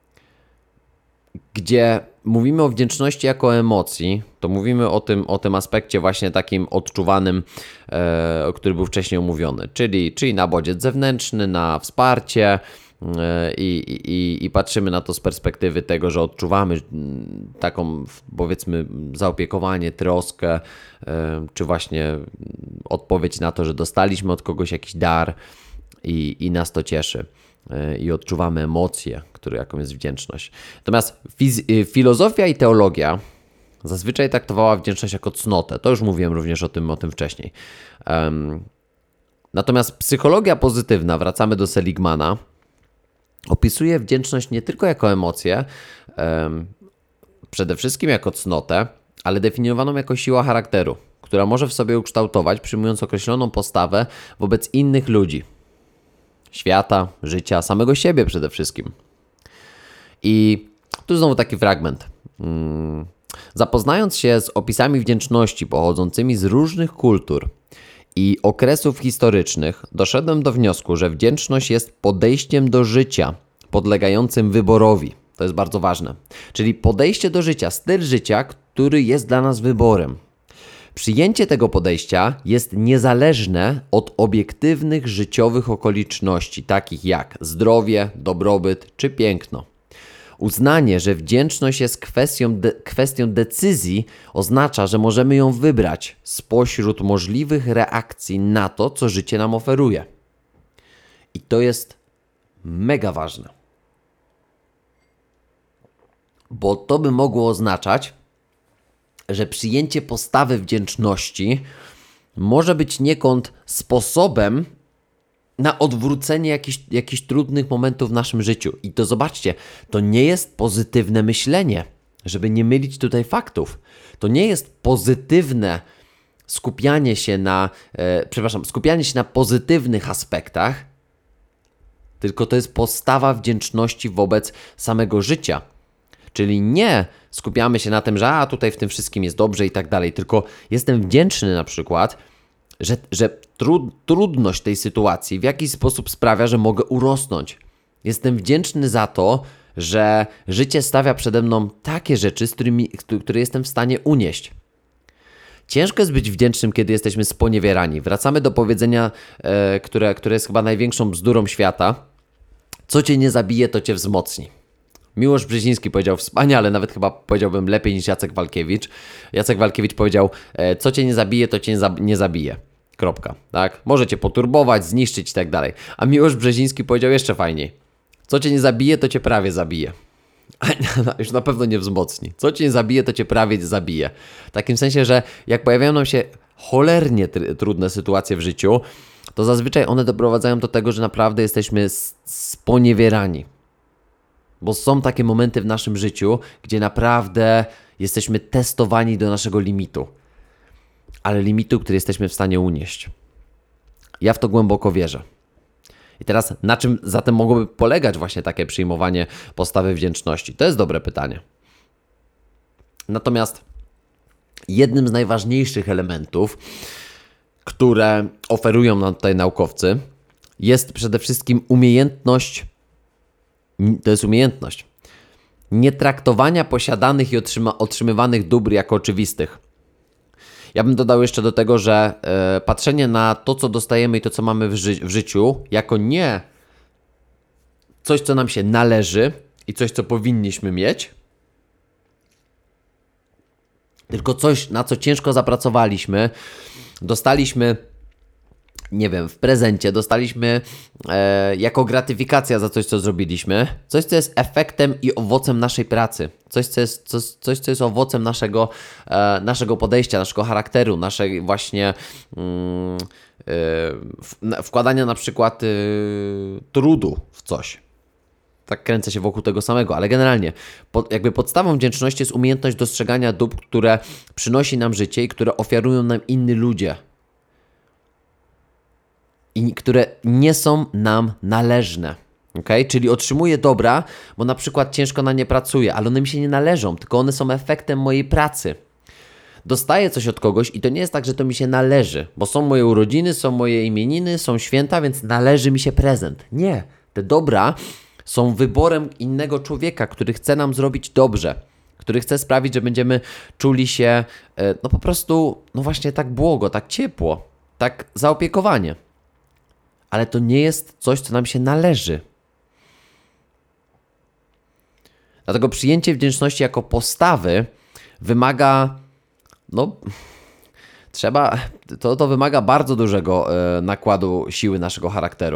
S1: gdzie mówimy o wdzięczności jako emocji, to mówimy o tym, o tym aspekcie właśnie takim odczuwanym, e, który był wcześniej omówiony, czyli, czyli na bodziec zewnętrzny, na wsparcie e, i, i, i patrzymy na to z perspektywy tego, że odczuwamy taką, powiedzmy, zaopiekowanie, troskę, e, czy właśnie odpowiedź na to, że dostaliśmy od kogoś jakiś dar i, i nas to cieszy. I odczuwamy emocje, które, jaką jest wdzięczność. Natomiast fiz- filozofia i teologia zazwyczaj traktowała wdzięczność jako cnotę. To już mówiłem również o tym, o tym wcześniej. Um, natomiast psychologia pozytywna, wracamy do Seligmana, opisuje wdzięczność nie tylko jako emocję, um, przede wszystkim jako cnotę, ale definiowaną jako siła charakteru, która może w sobie ukształtować, przyjmując określoną postawę wobec innych ludzi, świata, życia, samego siebie przede wszystkim. I tu znowu taki fragment. Hmm. Zapoznając się z opisami wdzięczności pochodzącymi z różnych kultur i okresów historycznych, doszedłem do wniosku, że wdzięczność jest podejściem do życia podlegającym wyborowi. To jest bardzo ważne. Czyli podejście do życia, styl życia, który jest dla nas wyborem. Przyjęcie tego podejścia jest niezależne od obiektywnych życiowych okoliczności, takich jak zdrowie, dobrobyt czy piękno. Uznanie, że wdzięczność jest kwestią, de- kwestią decyzji, oznacza, że możemy ją wybrać spośród możliwych reakcji na to, co życie nam oferuje. I to jest mega ważne. Bo to by mogło oznaczać, że przyjęcie postawy wdzięczności może być niekąd sposobem na odwrócenie jakichś, jakichś trudnych momentów w naszym życiu. I to zobaczcie, to nie jest pozytywne myślenie, żeby nie mylić tutaj faktów. To nie jest pozytywne skupianie się na, e, przepraszam, skupianie się na pozytywnych aspektach, tylko to jest postawa wdzięczności wobec samego życia. Czyli nie skupiamy się na tym, że a tutaj w tym wszystkim jest dobrze i tak dalej, tylko jestem wdzięczny na przykład, że, że trud, trudność tej sytuacji w jakiś sposób sprawia, że mogę urosnąć. Jestem wdzięczny za to, że życie stawia przede mną takie rzeczy, z którymi, które jestem w stanie unieść. Ciężko jest być wdzięcznym, kiedy jesteśmy sponiewierani. Wracamy do powiedzenia, e, które, które jest chyba największą bzdurą świata. Co cię nie zabije, to cię wzmocni. Miłosz Brzeziński powiedział wspaniale, nawet chyba powiedziałbym lepiej niż Jacek Walkiewicz. Jacek Walkiewicz powiedział, e, co cię nie zabije, to cię nie, zab- nie zabije. Kropka. Tak? Może cię poturbować, zniszczyć i tak dalej. A Miłosz Brzeziński powiedział jeszcze fajniej. Co cię nie zabije, to cię prawie zabije. Już na pewno nie wzmocni. Co cię nie zabije, to cię prawie zabije. W takim sensie, że jak pojawiają nam się cholernie tr- trudne sytuacje w życiu, to zazwyczaj one doprowadzają do tego, że naprawdę jesteśmy sponiewierani. Bo są takie momenty w naszym życiu, gdzie naprawdę jesteśmy testowani do naszego limitu. Ale limitu, który jesteśmy w stanie unieść. Ja w to głęboko wierzę. I teraz na czym zatem mogłoby polegać właśnie takie przyjmowanie postawy wdzięczności? To jest dobre pytanie. Natomiast jednym z najważniejszych elementów, które oferują nam tutaj naukowcy, jest przede wszystkim umiejętność, to jest umiejętność nie traktowania posiadanych i otrzyma, otrzymywanych dóbr jako oczywistych. Ja bym dodał jeszcze do tego, że e, patrzenie na to, co dostajemy i to, co mamy w, ży- w życiu, jako nie coś, co nam się należy i coś, co powinniśmy mieć, tylko coś, na co ciężko zapracowaliśmy, dostaliśmy, nie wiem, w prezencie, dostaliśmy e, jako gratyfikacja za coś, co zrobiliśmy, coś, co jest efektem i owocem naszej pracy, coś, co jest, coś, coś, co jest owocem naszego, e, naszego podejścia, naszego charakteru, naszej właśnie mm, wkładania na przykład yy, trudu w coś. Tak kręcę się wokół tego samego, ale generalnie pod, jakby podstawą wdzięczności jest umiejętność dostrzegania dóbr, które przynosi nam życie i które ofiarują nam inni ludzie. I które nie są nam należne. Okay? Czyli otrzymuję dobra, bo na przykład ciężko na nie pracuję, ale one mi się nie należą, tylko one są efektem mojej pracy. Dostaję coś od kogoś i to nie jest tak, że to mi się należy, bo są moje urodziny, są moje imieniny, są święta, więc należy mi się prezent. Nie, te dobra są wyborem innego człowieka, który chce nam zrobić dobrze, który chce sprawić, że będziemy czuli się no po prostu, no właśnie tak błogo, tak ciepło, tak zaopiekowanie. Ale to nie jest coś, co nam się należy. Dlatego przyjęcie wdzięczności jako postawy wymaga, no, trzeba, to, to wymaga bardzo dużego e, nakładu siły naszego charakteru.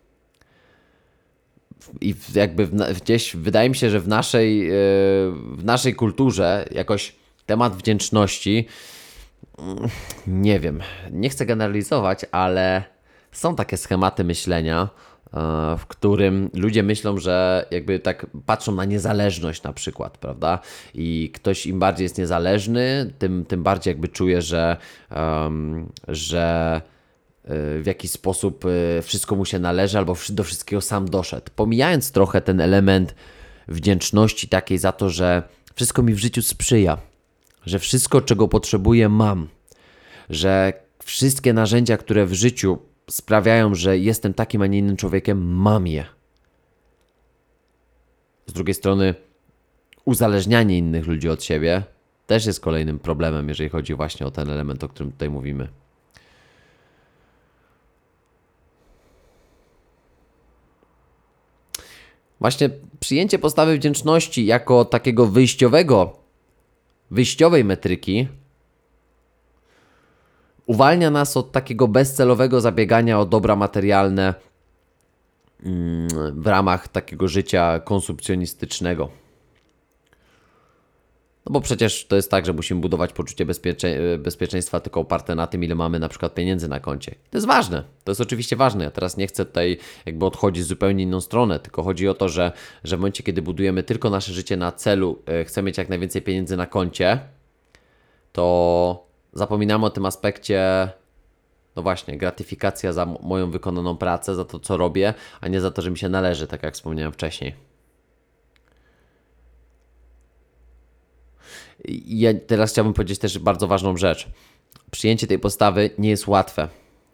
S1: I jakby w, gdzieś wydaje mi się, że w naszej, e, w naszej kulturze jakoś temat wdzięczności, nie wiem, nie chcę generalizować, ale są takie schematy myślenia, w którym ludzie myślą, że jakby tak patrzą na niezależność na przykład, prawda? I ktoś im bardziej jest niezależny, tym, tym bardziej jakby czuje, że, um, że w jakiś sposób wszystko mu się należy albo do wszystkiego sam doszedł. Pomijając trochę ten element wdzięczności takiej za to, że wszystko mi w życiu sprzyja, że wszystko, czego potrzebuję, mam, że wszystkie narzędzia, które w życiu sprawiają, że jestem takim, a nie innym człowiekiem, mam je. Z drugiej strony uzależnianie innych ludzi od siebie też jest kolejnym problemem, jeżeli chodzi właśnie o ten element, o którym tutaj mówimy. Właśnie przyjęcie postawy wdzięczności jako takiego wyjściowego, wyjściowej metryki uwalnia nas od takiego bezcelowego zabiegania o dobra materialne w ramach takiego życia konsumpcjonistycznego. No bo przecież to jest tak, że musimy budować poczucie bezpiecze- bezpieczeństwa tylko oparte na tym, ile mamy na przykład pieniędzy na koncie. To jest ważne, to jest oczywiście ważne. Ja teraz nie chcę tutaj jakby odchodzić w zupełnie inną stronę, tylko chodzi o to, że, że w momencie, kiedy budujemy tylko nasze życie na celu, yy, chcemy mieć jak najwięcej pieniędzy na koncie, to zapominamy o tym aspekcie, no właśnie, gratyfikacja za moją wykonaną pracę, za to, co robię, a nie za to, że mi się należy, tak jak wspomniałem wcześniej. I ja teraz chciałbym powiedzieć też bardzo ważną rzecz. Przyjęcie tej postawy nie jest łatwe,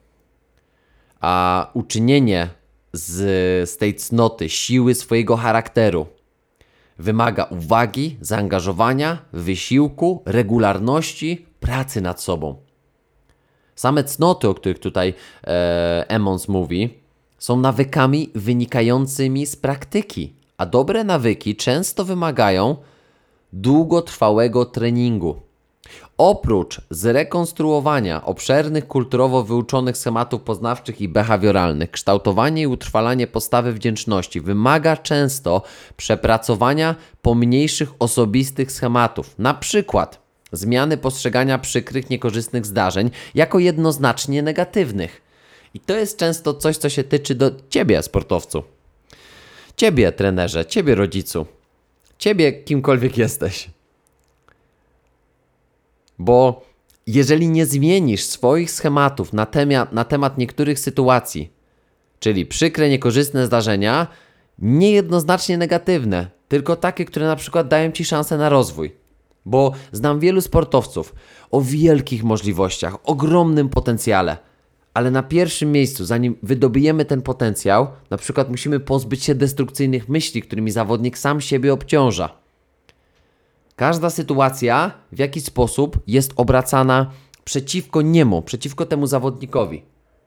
S1: a uczynienie z, z tej cnoty siły swojego charakteru wymaga uwagi, zaangażowania, wysiłku, regularności, pracy nad sobą. Same cnoty, o których tutaj e, Emmons mówi, są nawykami wynikającymi z praktyki, a dobre nawyki często wymagają długotrwałego treningu. Oprócz zrekonstruowania obszernych, kulturowo wyuczonych schematów poznawczych i behawioralnych, kształtowanie i utrwalanie postawy wdzięczności wymaga często przepracowania pomniejszych osobistych schematów, na przykład zmiany postrzegania przykrych, niekorzystnych zdarzeń jako jednoznacznie negatywnych. I to jest często coś, co się tyczy do Ciebie, sportowcu. Ciebie, trenerze, Ciebie, rodzicu. Ciebie, kimkolwiek jesteś. Bo jeżeli nie zmienisz swoich schematów na temat, na temat niektórych sytuacji, czyli przykre, niekorzystne zdarzenia, niejednoznacznie negatywne, tylko takie, które na przykład dają Ci szansę na rozwój. Bo znam wielu sportowców o wielkich możliwościach, ogromnym potencjale, ale na pierwszym miejscu, zanim wydobijemy ten potencjał, na przykład musimy pozbyć się destrukcyjnych myśli, którymi zawodnik sam siebie obciąża. Każda sytuacja w jakiś sposób jest obracana przeciwko niemu, przeciwko temu zawodnikowi.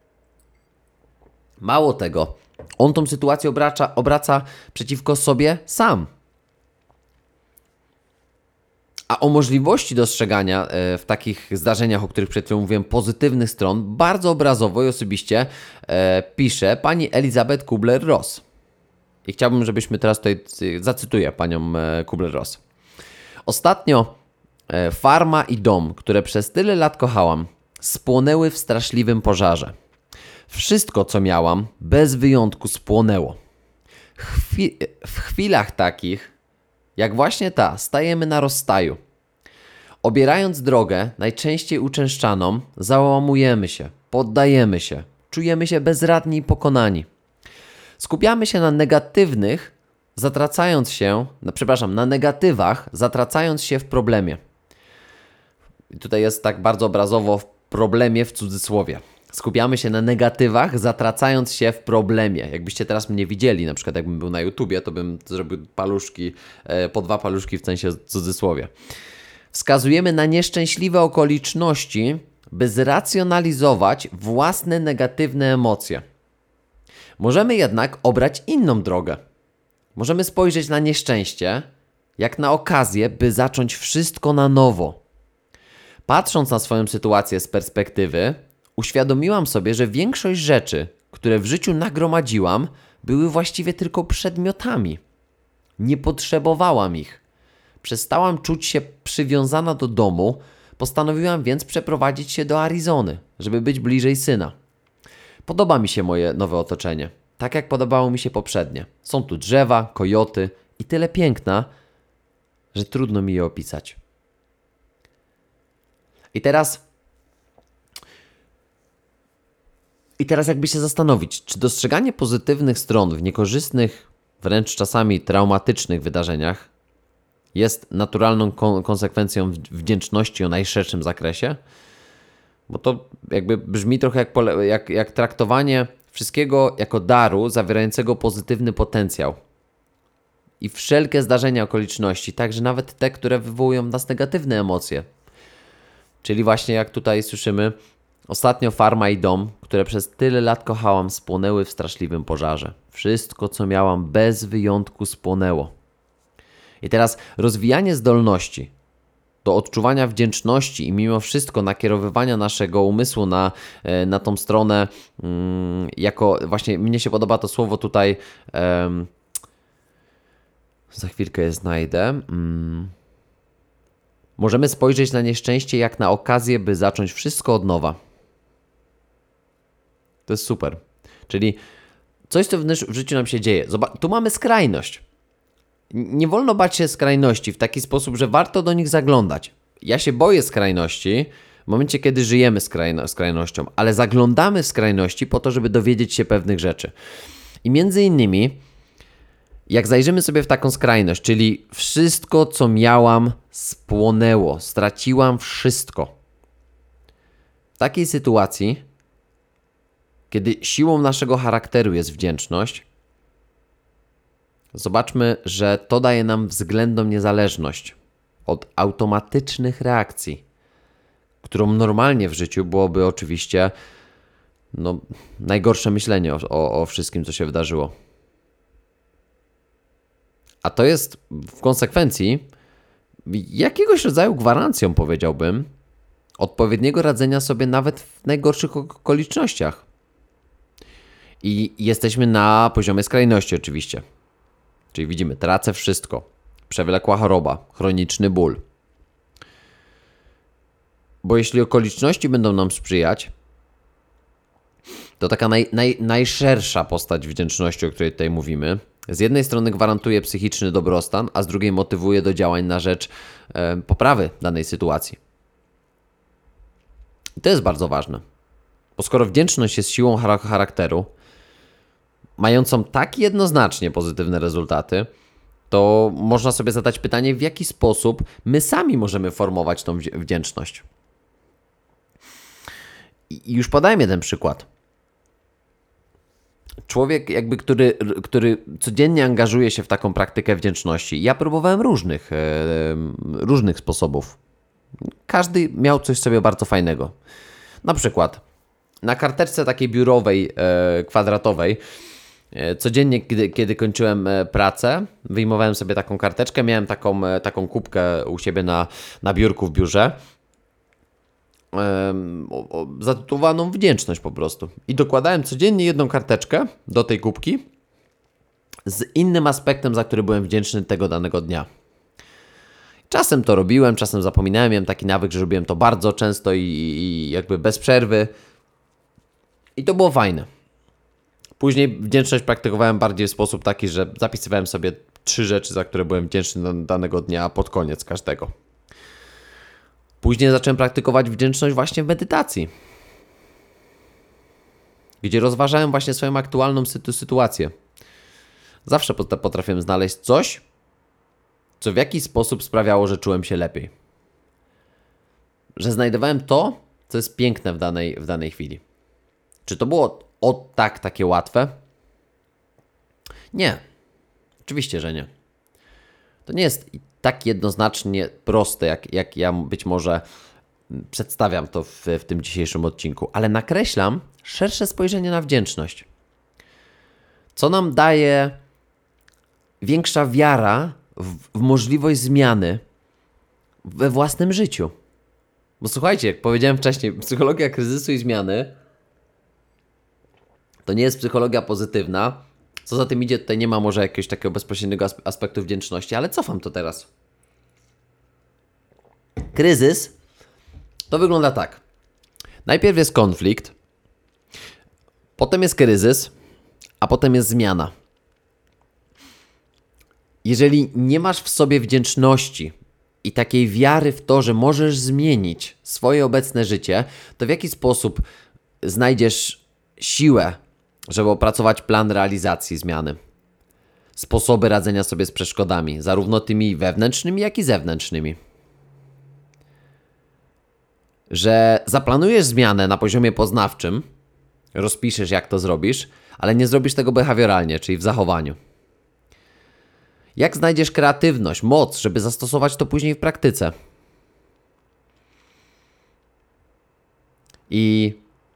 S1: Mało tego, on tą sytuację obraca, obraca przeciwko sobie sam. A o możliwości dostrzegania w takich zdarzeniach, o których przed chwilą mówiłem, pozytywnych stron, bardzo obrazowo i osobiście e, pisze pani Elizabeth Kubler-Ross. I chciałbym, żebyśmy teraz tutaj, zacytuję panią Kubler-Ross. Ostatnio e, farma i dom, które przez tyle lat kochałam, spłonęły w straszliwym pożarze. Wszystko, co miałam, bez wyjątku spłonęło. Chwi- w chwilach takich, jak właśnie ta, stajemy na rozstaju. Obierając drogę, najczęściej uczęszczaną, załamujemy się, poddajemy się, czujemy się bezradni i pokonani. Skupiamy się na negatywnych, zatracając się, no, przepraszam, na negatywach, zatracając się w problemie. I tutaj jest tak bardzo obrazowo w problemie w cudzysłowie. Skupiamy się na negatywach, zatracając się w problemie. Jakbyście teraz mnie widzieli, na przykład jakbym był na YouTubie, to bym zrobił paluszki, po dwa paluszki w sensie cudzysłowie. Wskazujemy na nieszczęśliwe okoliczności, by zracjonalizować własne negatywne emocje. Możemy jednak obrać inną drogę. Możemy spojrzeć na nieszczęście jak na okazję, by zacząć wszystko na nowo. Patrząc na swoją sytuację z perspektywy, uświadomiłam sobie, że większość rzeczy, które w życiu nagromadziłam, były właściwie tylko przedmiotami. Nie potrzebowałam ich. Przestałam czuć się przywiązana do domu, postanowiłam więc przeprowadzić się do Arizony, żeby być bliżej syna. Podoba mi się moje nowe otoczenie, tak jak podobało mi się poprzednie. Są tu drzewa, kojoty i tyle piękna, że trudno mi je opisać. I teraz... I teraz jakby się zastanowić, czy dostrzeganie pozytywnych stron w niekorzystnych, wręcz czasami traumatycznych wydarzeniach jest naturalną kon- konsekwencją wdzięczności o najszerszym zakresie? Bo to jakby brzmi trochę jak, pole- jak, jak traktowanie wszystkiego jako daru zawierającego pozytywny potencjał. I wszelkie zdarzenia, okoliczności, także nawet te, które wywołują w nas negatywne emocje. Czyli właśnie jak tutaj słyszymy, ostatnio farma i dom, które przez tyle lat kochałam, spłonęły w straszliwym pożarze. Wszystko, co miałam, bez wyjątku spłonęło. I teraz rozwijanie zdolności do odczuwania wdzięczności i mimo wszystko nakierowywania naszego umysłu na, na tą stronę, mm, jako właśnie mnie się podoba to słowo tutaj, um, za chwilkę je znajdę. Mm, możemy spojrzeć na nieszczęście jak na okazję, by zacząć wszystko od nowa. To jest super. Czyli coś, co w, w życiu nam się dzieje. Zobacz, tu mamy skrajność. Nie wolno bać się skrajności w taki sposób, że warto do nich zaglądać. Ja się boję skrajności w momencie, kiedy żyjemy skrajno, skrajnością, ale zaglądamy w skrajności po to, żeby dowiedzieć się pewnych rzeczy. I między innymi, jak zajrzymy sobie w taką skrajność, czyli wszystko, co miałam, spłonęło, straciłam wszystko. W takiej sytuacji, kiedy siłą naszego charakteru jest wdzięczność, zobaczmy, że to daje nam względną niezależność od automatycznych reakcji, którą normalnie w życiu byłoby oczywiście no, najgorsze myślenie o, o, o wszystkim, co się wydarzyło. A to jest w konsekwencji jakiegoś rodzaju gwarancją, powiedziałbym, odpowiedniego radzenia sobie nawet w najgorszych okolicznościach. I jesteśmy na poziomie skrajności oczywiście. Czyli widzimy, tracę wszystko. Przewlekła choroba, chroniczny ból. Bo jeśli okoliczności będą nam sprzyjać, to taka naj, naj, najszersza postać wdzięczności, o której tutaj mówimy, z jednej strony gwarantuje psychiczny dobrostan, a z drugiej motywuje do działań na rzecz e, poprawy danej sytuacji. I to jest bardzo ważne. Bo skoro wdzięczność jest siłą charakteru, mającą tak jednoznacznie pozytywne rezultaty, to można sobie zadać pytanie, w jaki sposób my sami możemy formować tą wdzięczność. I już podajmy jeden przykład. Człowiek, jakby, który, który codziennie angażuje się w taką praktykę wdzięczności. Ja próbowałem różnych, e, różnych sposobów. Każdy miał coś sobie bardzo fajnego. Na przykład na karteczce takiej biurowej, e, kwadratowej, e, codziennie, kiedy, kiedy kończyłem pracę, wyjmowałem sobie taką karteczkę, miałem taką, taką kubkę u siebie na, na biurku w biurze, zatytułowaną wdzięczność po prostu. I dokładałem codziennie jedną karteczkę do tej kubki z innym aspektem, za który byłem wdzięczny tego danego dnia. Czasem to robiłem, czasem zapominałem. Miałem taki nawyk, że robiłem to bardzo często i, i jakby bez przerwy. I to było fajne. Później wdzięczność praktykowałem bardziej w sposób taki, że zapisywałem sobie trzy rzeczy, za które byłem wdzięczny danego dnia pod koniec każdego. Później zacząłem praktykować wdzięczność właśnie w medytacji, gdzie rozważałem właśnie swoją aktualną sytu- sytuację. Zawsze potrafiłem znaleźć coś, co w jakiś sposób sprawiało, że czułem się lepiej. Że znajdowałem to, co jest piękne w danej, w danej chwili. Czy to było o tak takie łatwe? Nie. Oczywiście, że nie. To nie jest tak jednoznacznie proste, jak, jak ja być może przedstawiam to w, w tym dzisiejszym odcinku, ale nakreślam szersze spojrzenie na wdzięczność. Co nam daje większa wiara w, w możliwość zmiany we własnym życiu. Bo słuchajcie, jak powiedziałem wcześniej, psychologia kryzysu i zmiany to nie jest psychologia pozytywna. Co za tym idzie, tutaj nie ma może jakiegoś takiego bezpośredniego aspektu wdzięczności, ale cofam to teraz. Kryzys to wygląda tak. Najpierw jest konflikt, potem jest kryzys, a potem jest zmiana. Jeżeli nie masz w sobie wdzięczności i takiej wiary w to, że możesz zmienić swoje obecne życie, to w jaki sposób znajdziesz siłę, żeby opracować plan realizacji zmiany? Sposoby radzenia sobie z przeszkodami, zarówno tymi wewnętrznymi, jak i zewnętrznymi. Że zaplanujesz zmianę na poziomie poznawczym, rozpiszesz jak to zrobisz, ale nie zrobisz tego behawioralnie, czyli w zachowaniu. Jak znajdziesz kreatywność, moc, żeby zastosować to później w praktyce? I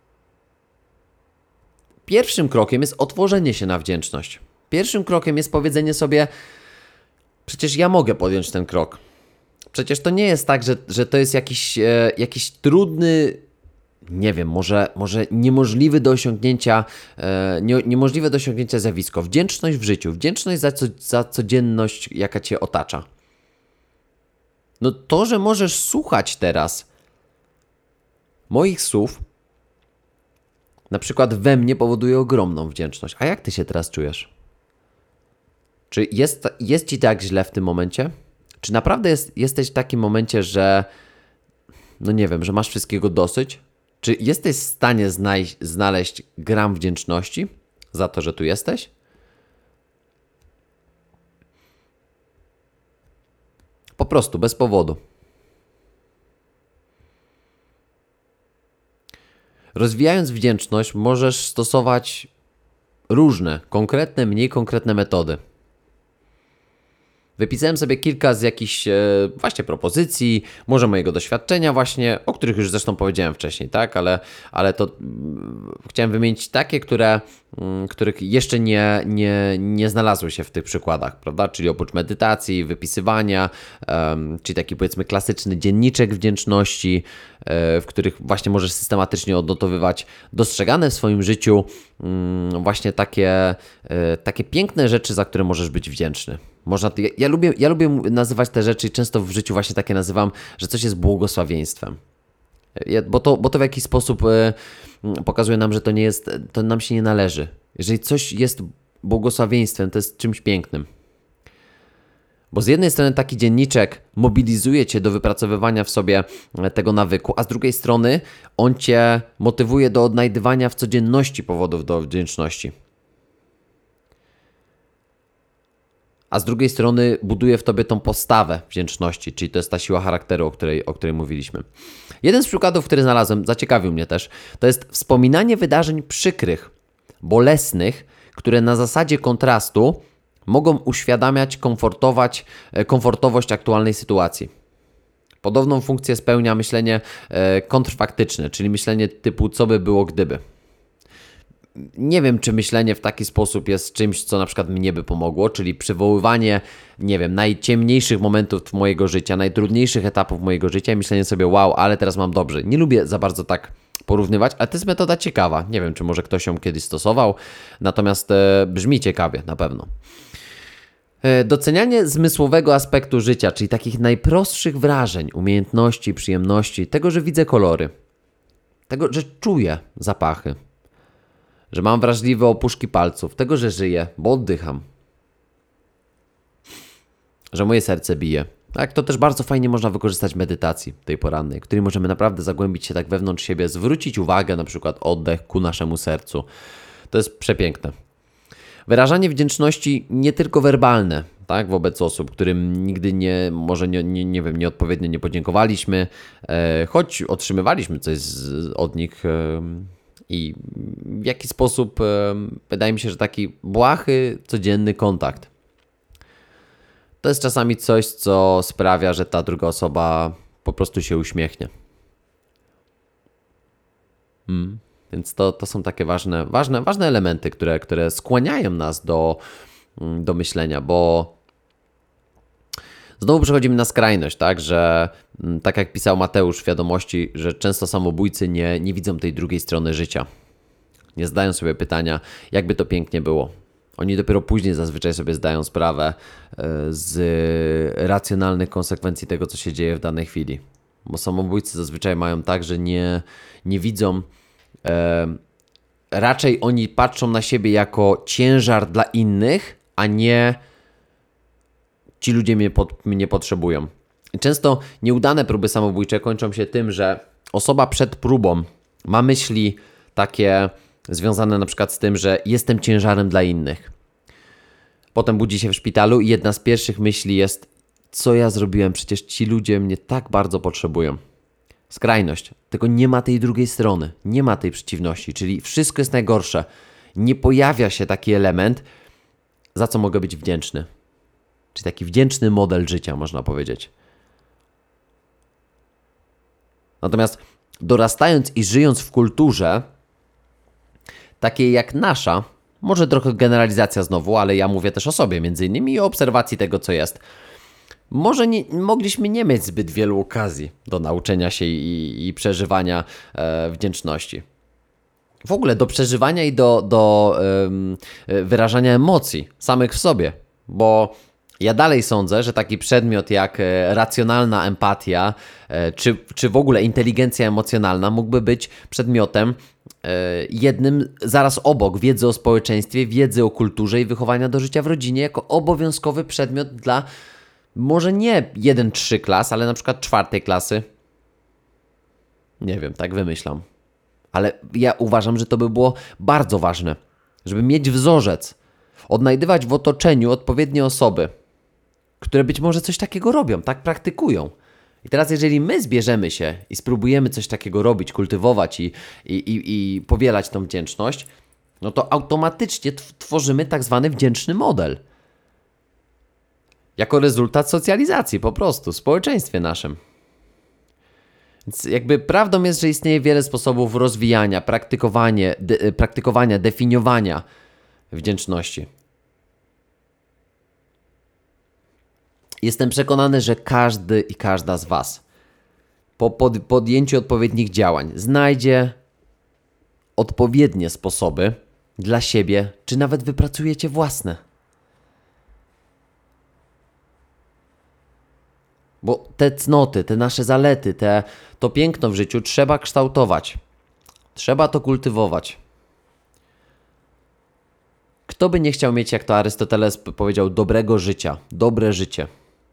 S1: pierwszym krokiem jest otworzenie się na wdzięczność. Pierwszym krokiem jest powiedzenie sobie, przecież ja mogę podjąć ten krok. Przecież to nie jest tak, że, że to jest jakiś, e, jakiś trudny, nie wiem, może, może niemożliwy do osiągnięcia, e, nie, niemożliwe do osiągnięcia zjawisko. Wdzięczność w życiu, wdzięczność za, co, za codzienność, jaka Cię otacza. No to, że możesz słuchać teraz moich słów, na przykład we mnie powoduje ogromną wdzięczność. A jak Ty się teraz czujesz? Czy jest, jest Ci tak źle w tym momencie? Czy naprawdę jest, jesteś w takim momencie, że no nie wiem, że masz wszystkiego dosyć? Czy jesteś w stanie znaj- znaleźć gram wdzięczności za to, że tu jesteś? Po prostu, bez powodu. Rozwijając wdzięczność, możesz stosować różne, konkretne, mniej konkretne metody. Wypisałem sobie kilka z jakichś e, właśnie propozycji, może mojego doświadczenia właśnie, o których już zresztą powiedziałem wcześniej, tak? Ale, ale to mm, chciałem wymienić takie, które, mm, których jeszcze nie, nie, nie znalazły się w tych przykładach, prawda? Czyli oprócz medytacji, wypisywania, um, czyli taki powiedzmy klasyczny dzienniczek wdzięczności, e, w których właśnie możesz systematycznie odnotowywać dostrzegane w swoim życiu mm, właśnie takie, e, takie piękne rzeczy, za które możesz być wdzięczny. Można, ja, ja, lubię, ja lubię nazywać te rzeczy i często w życiu właśnie takie nazywam, że coś jest błogosławieństwem. Ja, bo, to, bo to w jakiś sposób e, pokazuje nam, że to nie jest, to nam się nie należy. Jeżeli coś jest błogosławieństwem, to jest czymś pięknym. Bo z jednej strony taki dzienniczek mobilizuje Cię do wypracowywania w sobie tego nawyku, a z drugiej strony on Cię motywuje do odnajdywania w codzienności powodów do wdzięczności. A z drugiej strony buduje w Tobie tą postawę wdzięczności, czyli to jest ta siła charakteru, o której, o której mówiliśmy. Jeden z przykładów, który znalazłem, zaciekawił mnie też, to jest wspominanie wydarzeń przykrych, bolesnych, które na zasadzie kontrastu mogą uświadamiać, komfortować, komfortowość aktualnej sytuacji. Podobną funkcję spełnia myślenie kontrfaktyczne, czyli myślenie typu co by było gdyby. Nie wiem, czy myślenie w taki sposób jest czymś, co na przykład mnie by pomogło, czyli przywoływanie, nie wiem, najciemniejszych momentów mojego życia, najtrudniejszych etapów mojego życia i myślenie sobie, wow, ale teraz mam dobrze. Nie lubię za bardzo tak porównywać, ale to jest metoda ciekawa. Nie wiem, czy może ktoś ją kiedyś stosował, natomiast e, brzmi ciekawie, na pewno. E, docenianie zmysłowego aspektu życia, czyli takich najprostszych wrażeń, umiejętności, przyjemności, tego, że widzę kolory, tego, że czuję zapachy. że mam wrażliwe opuszki palców, tego, że żyję, bo oddycham, że moje serce bije. Tak, to też bardzo fajnie można wykorzystać w medytacji tej porannej, w której możemy naprawdę zagłębić się tak wewnątrz siebie, zwrócić uwagę, na przykład oddech ku naszemu sercu. To jest przepiękne. Wyrażanie wdzięczności nie tylko werbalne, tak, wobec osób, którym nigdy nie, może nie, nie, nie wiem, nieodpowiednio nie podziękowaliśmy, e, choć otrzymywaliśmy coś z, od nich e, i w jaki sposób, e, wydaje mi się, że taki błahy, codzienny kontakt. To jest czasami coś, co sprawia, że ta druga osoba po prostu się uśmiechnie. Hmm. Więc to, to są takie ważne, ważne, ważne elementy, które, które skłaniają nas do, do myślenia, bo znowu przechodzimy na skrajność, tak, że tak jak pisał Mateusz w Wiadomości, że często samobójcy nie, nie widzą tej drugiej strony życia. Nie zdają sobie pytania, jakby to pięknie było. Oni dopiero później zazwyczaj sobie zdają sprawę z racjonalnych konsekwencji tego, co się dzieje w danej chwili. Bo samobójcy zazwyczaj mają tak, że nie, nie widzą, e, raczej oni patrzą na siebie jako ciężar dla innych, a nie ci ludzie mnie, pod, mnie potrzebują. Często nieudane próby samobójcze kończą się tym, że osoba przed próbą ma myśli takie związane na przykład z tym, że jestem ciężarem dla innych. Potem budzi się w szpitalu i jedna z pierwszych myśli jest, co ja zrobiłem, przecież ci ludzie mnie tak bardzo potrzebują. Skrajność, tylko nie ma tej drugiej strony, nie ma tej przeciwności, czyli wszystko jest najgorsze. Nie pojawia się taki element, za co mogę być wdzięczny. Czyli taki wdzięczny model życia, można powiedzieć. Natomiast dorastając i żyjąc w kulturze takiej jak nasza, może trochę generalizacja znowu, ale ja mówię też o sobie między innymi i o obserwacji tego, co jest. Może nie, mogliśmy nie mieć zbyt wielu okazji do nauczenia się i, i przeżywania e, wdzięczności. W ogóle do przeżywania i do, do e, wyrażania emocji samych w sobie, bo ja dalej sądzę, że taki przedmiot jak racjonalna empatia, czy, czy w ogóle inteligencja emocjonalna mógłby być przedmiotem jednym zaraz obok wiedzy o społeczeństwie, wiedzy o kulturze i wychowania do życia w rodzinie jako obowiązkowy przedmiot dla może nie jeden trzy klas, ale na przykład czwartej klasy. Nie wiem, tak wymyślam. Ale ja uważam, że to by było bardzo ważne, żeby mieć wzorzec, odnajdywać w otoczeniu odpowiednie osoby, które być może coś takiego robią, tak praktykują. I teraz jeżeli my zbierzemy się i spróbujemy coś takiego robić, kultywować i, i, i, i powielać tą wdzięczność, no to automatycznie tworzymy tak zwany wdzięczny model. Jako rezultat socjalizacji po prostu w społeczeństwie naszym. Więc jakby prawdą jest, że istnieje wiele sposobów rozwijania, praktykowania, de, praktykowania, definiowania wdzięczności. Jestem przekonany, że każdy i każda z Was po pod, podjęciu odpowiednich działań znajdzie odpowiednie sposoby dla siebie, czy nawet wypracujecie własne. Bo te cnoty, te nasze zalety, te, to piękno w życiu trzeba kształtować. Trzeba to kultywować. Kto by nie chciał mieć, jak to Arystoteles powiedział, dobrego życia, dobre życie?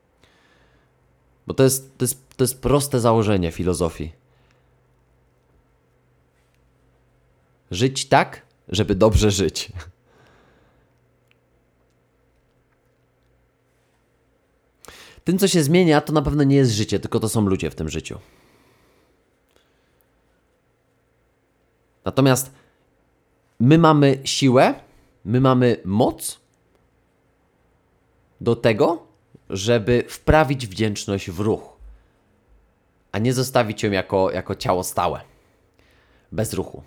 S1: Bo to jest, to jest, to jest proste założenie filozofii. Żyć tak, żeby dobrze żyć. Tym, co się zmienia, to na pewno nie jest życie, tylko to są ludzie w tym życiu. Natomiast my mamy siłę, my mamy moc do tego, żeby wprawić wdzięczność w ruch, a nie zostawić ją jako, jako ciało stałe, bez ruchu.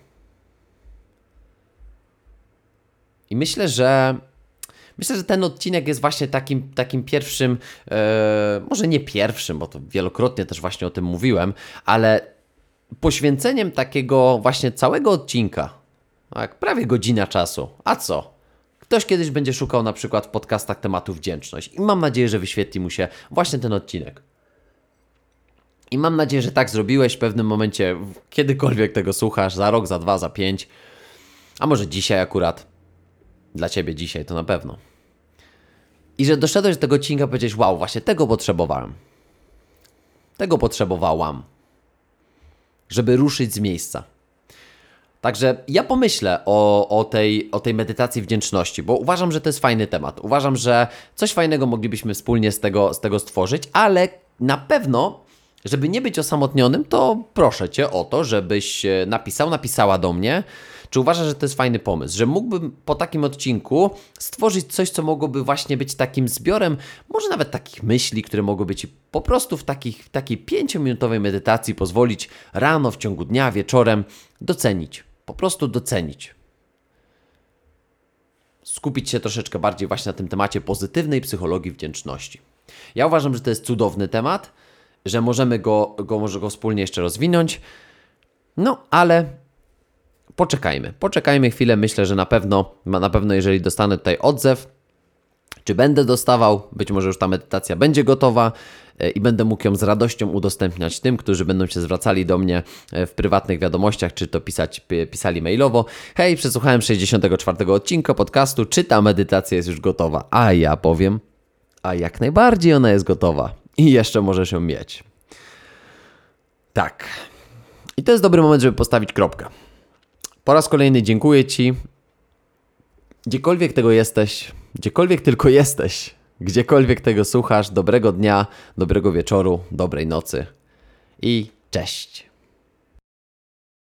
S1: I myślę, że myślę, że ten odcinek jest właśnie takim, takim pierwszym, e, może nie pierwszym, bo to wielokrotnie też właśnie o tym mówiłem, ale poświęceniem takiego właśnie całego odcinka, tak, prawie godzina czasu. A co? Ktoś kiedyś będzie szukał na przykład w podcastach tematu wdzięczność i mam nadzieję, że wyświetli mu się właśnie ten odcinek. I mam nadzieję, że tak zrobiłeś w pewnym momencie, kiedykolwiek tego słuchasz, za rok, za dwa, za pięć. A może dzisiaj akurat. Dla ciebie dzisiaj to na pewno. I że doszedłeś do tego odcinka i powiedziałeś, wow, właśnie tego potrzebowałem. Tego potrzebowałam. Żeby ruszyć z miejsca. Także ja pomyślę o, o, tej, o tej medytacji wdzięczności, bo uważam, że to jest fajny temat. Uważam, że coś fajnego moglibyśmy wspólnie z tego, z tego stworzyć, ale na pewno, żeby nie być osamotnionym, to proszę Cię o to, żebyś napisał, napisała do mnie, czy uważasz, że to jest fajny pomysł, że mógłbym po takim odcinku stworzyć coś, co mogłoby właśnie być takim zbiorem, może nawet takich myśli, które mogłyby Ci po prostu w, takich, w takiej pięciominutowej medytacji pozwolić rano, w ciągu dnia, wieczorem docenić. Po prostu docenić. Skupić się troszeczkę bardziej właśnie na tym temacie pozytywnej psychologii wdzięczności. Ja uważam, że to jest cudowny temat, że możemy go, go, może go wspólnie jeszcze rozwinąć. No, ale poczekajmy. Poczekajmy chwilę. Myślę, że na pewno, na pewno jeżeli dostanę tutaj odzew, czy będę dostawał, być może już ta medytacja będzie gotowa i będę mógł ją z radością udostępniać tym, którzy będą się zwracali do mnie w prywatnych wiadomościach, czy to pisać, pisali mailowo. Hej, przesłuchałem sześćdziesiątego czwartego odcinka podcastu, czy ta medytacja jest już gotowa? A ja powiem, a jak najbardziej ona jest gotowa i jeszcze możesz ją mieć. Tak. I to jest dobry moment, żeby postawić kropkę. Po raz kolejny dziękuję Ci. Gdziekolwiek tego jesteś, gdziekolwiek tylko jesteś, gdziekolwiek tego słuchasz, dobrego dnia, dobrego wieczoru, dobrej nocy i cześć.